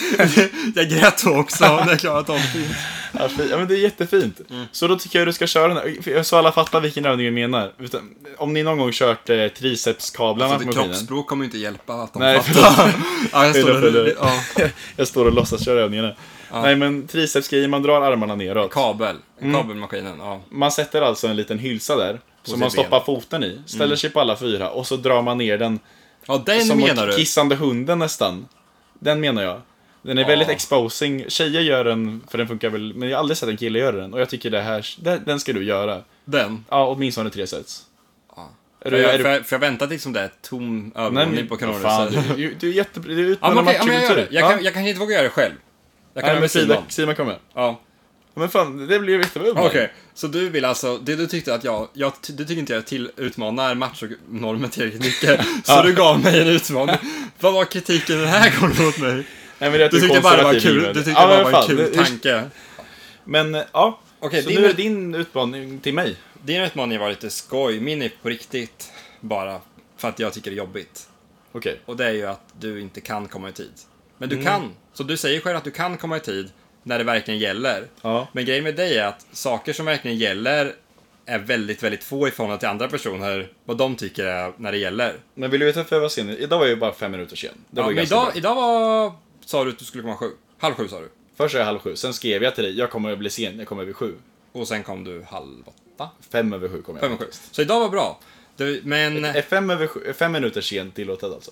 Speaker 3: Jag grät då också när jag klarat tolv chins.
Speaker 2: Ja, fi- ja, men det är jättefint.
Speaker 3: Mm.
Speaker 2: Så då tycker jag du ska köra den här, för- så alla fattar vilken övning jag menar. Utan, om ni någon gång kört eh, tricepskablarna
Speaker 3: Alltså,
Speaker 2: på maskinen.
Speaker 3: kroppsspråk kommer ju inte hjälpa att de
Speaker 2: Nej,
Speaker 3: fattar. Ja, jag står
Speaker 2: Fylla, fylla.
Speaker 3: och, ja,
Speaker 2: Jag står och låtsas köra övningarna. Nej, men tricepsgrejer, man drar armarna neråt.
Speaker 3: kabel.
Speaker 2: Mm.
Speaker 3: Kabelmaskinen, ja.
Speaker 2: Man sätter alltså en liten hylsa där, som
Speaker 3: sitt
Speaker 2: man stoppar
Speaker 3: ben.
Speaker 2: foten i. Ställer sig på alla fyra och så drar man ner den.
Speaker 3: Ja, den
Speaker 2: Som
Speaker 3: menar du?
Speaker 2: kissande hunden nästan. Den menar jag. Den är väldigt
Speaker 3: Ja.
Speaker 2: exposing. Tjejer gör den, för den funkar väl, men jag har aldrig sett en kille göra den. Och jag tycker det här, den, den ska du göra.
Speaker 3: Den?
Speaker 2: Ja, åtminstone tre sets.
Speaker 3: Ja.
Speaker 2: Är
Speaker 3: För
Speaker 2: du, är
Speaker 3: jag,
Speaker 2: du,
Speaker 3: för, jag, för jag väntar liksom där tom
Speaker 2: nej,
Speaker 3: övervåning
Speaker 2: men,
Speaker 3: på
Speaker 2: vad
Speaker 3: kanoner.
Speaker 2: fan,
Speaker 3: så-
Speaker 2: du, du är jättebra, du
Speaker 3: Ja,
Speaker 2: utmanar
Speaker 3: men okej, ja, men jag gör det.
Speaker 2: machokultur.
Speaker 3: Jag, kan, jag kanske inte våga göra det själv. Jag kan
Speaker 2: Nej,
Speaker 3: ha
Speaker 2: men
Speaker 3: med
Speaker 2: Sida,
Speaker 3: Simon.
Speaker 2: Simon kommer.
Speaker 3: Ja.
Speaker 2: Ja, men fan, det blir ju jättebra utmaning.
Speaker 3: Okej, så du vill alltså, det du tyckte att jag, jag du tycker inte jag till utmanar machonormen tillräckligt mycket, så
Speaker 2: Ja.
Speaker 3: du gav mig en utmaning. Vad var kritiken den här gången mot mig?
Speaker 2: Nej, men det är att
Speaker 3: Du
Speaker 2: är
Speaker 3: tyckte bara det var
Speaker 2: konservativ
Speaker 3: kul,
Speaker 2: i det.
Speaker 3: du tyckte
Speaker 2: Ja,
Speaker 3: bara det
Speaker 2: men
Speaker 3: var en
Speaker 2: fan,
Speaker 3: kul
Speaker 2: det-
Speaker 3: tanke.
Speaker 2: Men, ja.
Speaker 3: Okej,
Speaker 2: så
Speaker 3: din,
Speaker 2: nu är det din utmaning till mig.
Speaker 3: din utmaning var lite skoj, min är på riktigt bara för att jag tycker det är jobbigt.
Speaker 2: Okej.
Speaker 3: Och det är ju att du inte kan komma i tid. Men du
Speaker 2: Mm.
Speaker 3: kan, så du säger själv att du kan komma i tid när det verkligen gäller.
Speaker 2: Ja.
Speaker 3: Men grejen med dig är att saker som verkligen gäller är väldigt, väldigt få i förhållande till andra personer, vad de tycker är när det gäller.
Speaker 2: Men vill du veta varför jag var sen? Idag var jag ju bara fem minuter sen. Det
Speaker 3: Ja,
Speaker 2: var ju
Speaker 3: men
Speaker 2: ganska
Speaker 3: idag,
Speaker 2: bra.
Speaker 3: idag var, sa du att du skulle komma sju. Halv sju sa du.
Speaker 2: Först är jag halv sju, sen skrev jag till dig, jag kommer att bli sen, jag kommer över sju.
Speaker 3: Och sen kom du halv åtta.
Speaker 2: Fem över sju kommer jag.
Speaker 3: Fem och sju. Så idag var bra. Du, men,
Speaker 2: Är fem, över sju, är fem minuter sent tillåtet alltså?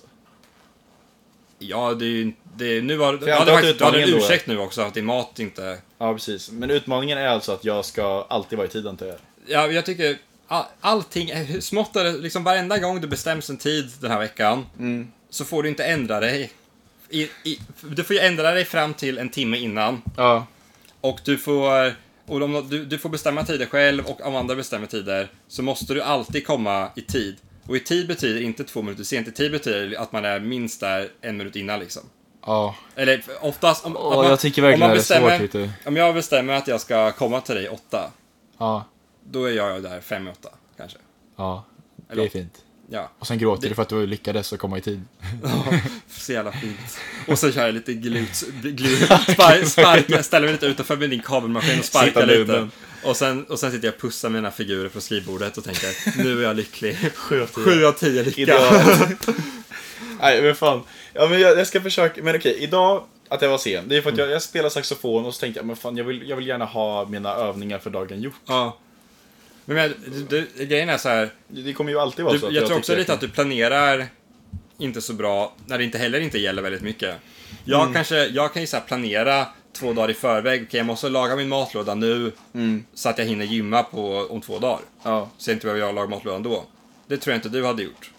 Speaker 3: ja, det är ju, det, nu var, du
Speaker 2: jag
Speaker 3: hade,
Speaker 2: antar att
Speaker 3: faktiskt, du hade en
Speaker 2: utmaningen då är-
Speaker 3: ursäkt nu också, att din mat inte...
Speaker 2: Ja, precis. Men utmaningen är alltså att jag ska alltid vara i tid, antar jag.
Speaker 3: Ja, jag tycker all, allting är smått, eller liksom varenda gång du bestäms en tid den här veckan,
Speaker 2: Mm.
Speaker 3: så får du inte ändra dig. I, i, du får ju ändra dig fram till en timme innan.
Speaker 2: Ja.
Speaker 3: Och du får, och om du, du får bestämma tider själv, och om andra bestämmer tider, så måste du alltid komma i tid. Och i tid betyder inte två minuter sent, i tid betyder att man är minst där en minut innan liksom.
Speaker 2: Ja.
Speaker 3: Eller oftast, om,
Speaker 2: Åh,
Speaker 3: om man,
Speaker 2: jag tycker verkligen
Speaker 3: om man
Speaker 2: det är svårt,
Speaker 3: bestämmer,
Speaker 2: vet du.
Speaker 3: om jag bestämmer att jag ska komma till dig åtta,
Speaker 2: Ja.
Speaker 3: då är jag där fem i åtta, kanske.
Speaker 2: Ja. Det
Speaker 3: Eller-
Speaker 2: är fint.
Speaker 3: Ja.
Speaker 2: Och sen gråter
Speaker 3: Det-
Speaker 2: du för att du lyckades att komma i tid.
Speaker 3: Så jävla fint. Och så kör jag lite glut, glut spark, spark, jag ställer mig lite utanför med din kabelmaskin och sparkar
Speaker 2: Sitta
Speaker 3: lite.
Speaker 2: lunden.
Speaker 3: Och sen, och sen sitter jag och pussar mina figurer på skrivbordet och tänker, nu är jag lycklig.
Speaker 2: Sju av tio.
Speaker 3: Sju av tio lycka.
Speaker 2: Idag. Nej, men fan. Ja, men jag, jag ska försöka. Men okej, idag att jag var sen. Det är för att jag, jag spelar saxofon och så tänkte jag, men fan, jag vill, jag vill gärna ha mina övningar för dagen gjort.
Speaker 3: Ja. Men, men du, du, grejen är så här,
Speaker 2: Det det kommer ju alltid vara
Speaker 3: du,
Speaker 2: så
Speaker 3: jag,
Speaker 2: att
Speaker 3: tror också
Speaker 2: tycker
Speaker 3: lite att du planerar inte så bra när det inte heller inte gäller väldigt mycket. Jag
Speaker 2: Mm.
Speaker 3: kanske, jag kan ju så här planera två dagar i förväg, okej, jag måste laga min matlåda nu
Speaker 2: Mm.
Speaker 3: så att jag hinner gymma på, om två dagar.
Speaker 2: Ja.
Speaker 3: Så jag inte behöver jag laga matlådan då. Det tror jag inte du hade gjort.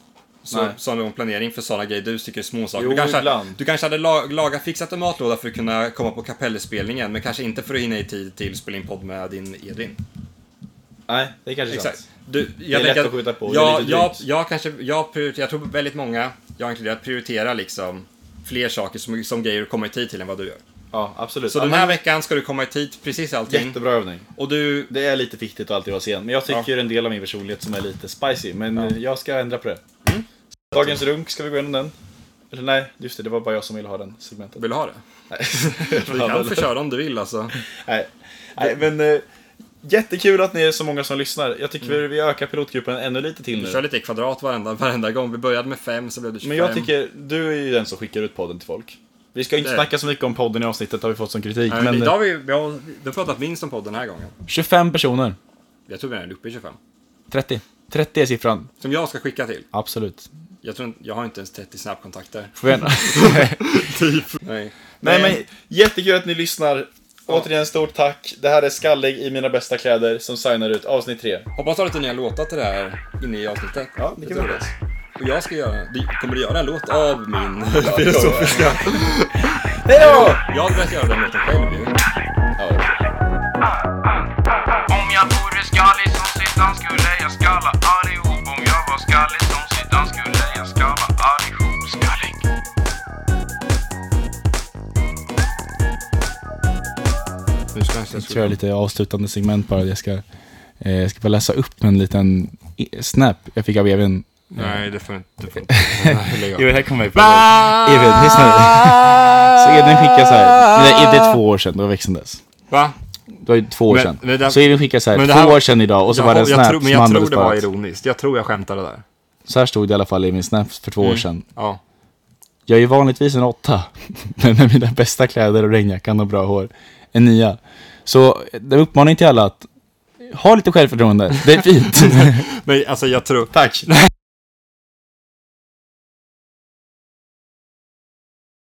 Speaker 3: så,
Speaker 2: Nej.
Speaker 3: så någon planering för sådana grejer du tycker är små saker.
Speaker 2: Jo,
Speaker 3: Du kanske,
Speaker 2: ibland.
Speaker 3: du kanske hade lag, lagat, fixat en matlåda för att kunna komma på kapellspelningen, men kanske inte för att hinna i tid till att spela in podd med din Edvin.
Speaker 2: Nej, det är kanske
Speaker 3: Exakt.
Speaker 2: sant.
Speaker 3: Du,
Speaker 2: Det är
Speaker 3: jag
Speaker 2: lätt
Speaker 3: tänker
Speaker 2: att skjuta på, det är
Speaker 3: Jag,
Speaker 2: lite
Speaker 3: jag,
Speaker 2: drygt.
Speaker 3: jag, kanske, jag, prioriterar, jag tror väldigt många, jag inkluderat, prioriterar liksom fler saker som, som grejer att komma i tid till än vad du gör.
Speaker 2: Ja, absolut.
Speaker 3: Så
Speaker 2: ja,
Speaker 3: den här
Speaker 2: men,
Speaker 3: veckan ska du komma i tid precis allting.
Speaker 2: jättebra övning.
Speaker 3: Och du,
Speaker 2: Det är lite viktigt att alltid vara sen. Men jag tycker en del av min personlighet som är lite spicy. Men eh, jag ska ändra på det.
Speaker 3: Mm.
Speaker 2: Dagens runk, ska vi gå igenom den? Eller nej, just det, det var bara jag som ville ha den segmentet.
Speaker 3: vill du ha det?
Speaker 2: Nej.
Speaker 3: Du kan få köra om du vill alltså.
Speaker 2: nej. nej, men eh, jättekul att ni är så många som lyssnar. Jag tycker
Speaker 3: Mm.
Speaker 2: vi ökar pilotgruppen ännu lite till
Speaker 3: Vi
Speaker 2: nu.
Speaker 3: kör lite i kvadrat varenda, varenda gång. Vi började med fem, så blev det tjugofem.
Speaker 2: Men jag tycker, du är ju den som skickar ut podden till folk. Vi ska inte
Speaker 3: Det-
Speaker 2: snacka så mycket om podden i avsnittet, har vi fått som kritik.
Speaker 3: Nej,
Speaker 2: men
Speaker 3: idag har
Speaker 2: eh,
Speaker 3: vi, vi, har, vi har pratat minst om podden den här gången.
Speaker 2: tjugofem personer.
Speaker 3: Jag tror vi är uppe i tjugofem.
Speaker 2: trettio. trettio är siffran.
Speaker 3: Som jag ska skicka till.
Speaker 2: Absolut.
Speaker 3: Jag tror inte, jag har inte ens trettio snabbkontakter.
Speaker 2: Får vi gärna.
Speaker 3: Nej.
Speaker 2: Nej men jättekul att ni lyssnar. Återigen stort tack. Det här är Skallig i mina bästa kläder som signar ut avsnitt tre.
Speaker 3: Hoppas du har lite nya låtar till det här inne i avsnittet.
Speaker 2: Ja, det kan vi göra.
Speaker 3: Och jag ska göra, du, kommer du göra en låt av min filosofiska?
Speaker 2: Hej då!
Speaker 3: Jag hade velat göra den låten själv ju.
Speaker 5: Om jag vore skallig som Zidane skulle jag skalla allihop. Om jag var skallig som Zidane skulle jag skalla allihop. Skallig.
Speaker 3: Nu ska jag
Speaker 2: Jag tror jag är lite avslutande segment bara. Jag ska, eh, jag ska bara läsa upp en liten i- snap jag fick av Evin.
Speaker 3: Nej, det får inte. Det får inte. Lägg av.
Speaker 2: Jo, det här kommer jag på. Evin, lyssna nu. Så Edvin skickar så här. Nej, det är två år sedan, det var växeln dess.
Speaker 3: Va?
Speaker 2: Det var ju två år
Speaker 3: Men-
Speaker 2: sedan.
Speaker 3: men det-
Speaker 2: så Edvin skickar så här,
Speaker 3: men det
Speaker 2: två
Speaker 3: här-
Speaker 2: år sedan idag. Och så
Speaker 3: Jag
Speaker 2: var det en
Speaker 3: har-
Speaker 2: snap
Speaker 3: jag tror, men
Speaker 2: som
Speaker 3: jag
Speaker 2: han
Speaker 3: tror
Speaker 2: hade
Speaker 3: det var
Speaker 2: sparat.
Speaker 3: ironiskt. Jag tror jag skämtade där.
Speaker 2: Så här stod det i alla fall i min snap för två år sedan.
Speaker 3: Ja.
Speaker 2: Jag är ju vanligtvis en åtta, men med mina bästa kläder och regnjackan och bra hår, en nia. Så det är uppmaning till alla att ha lite självförtroende. Det är fint.
Speaker 3: Men alltså jag tror...
Speaker 2: Tack.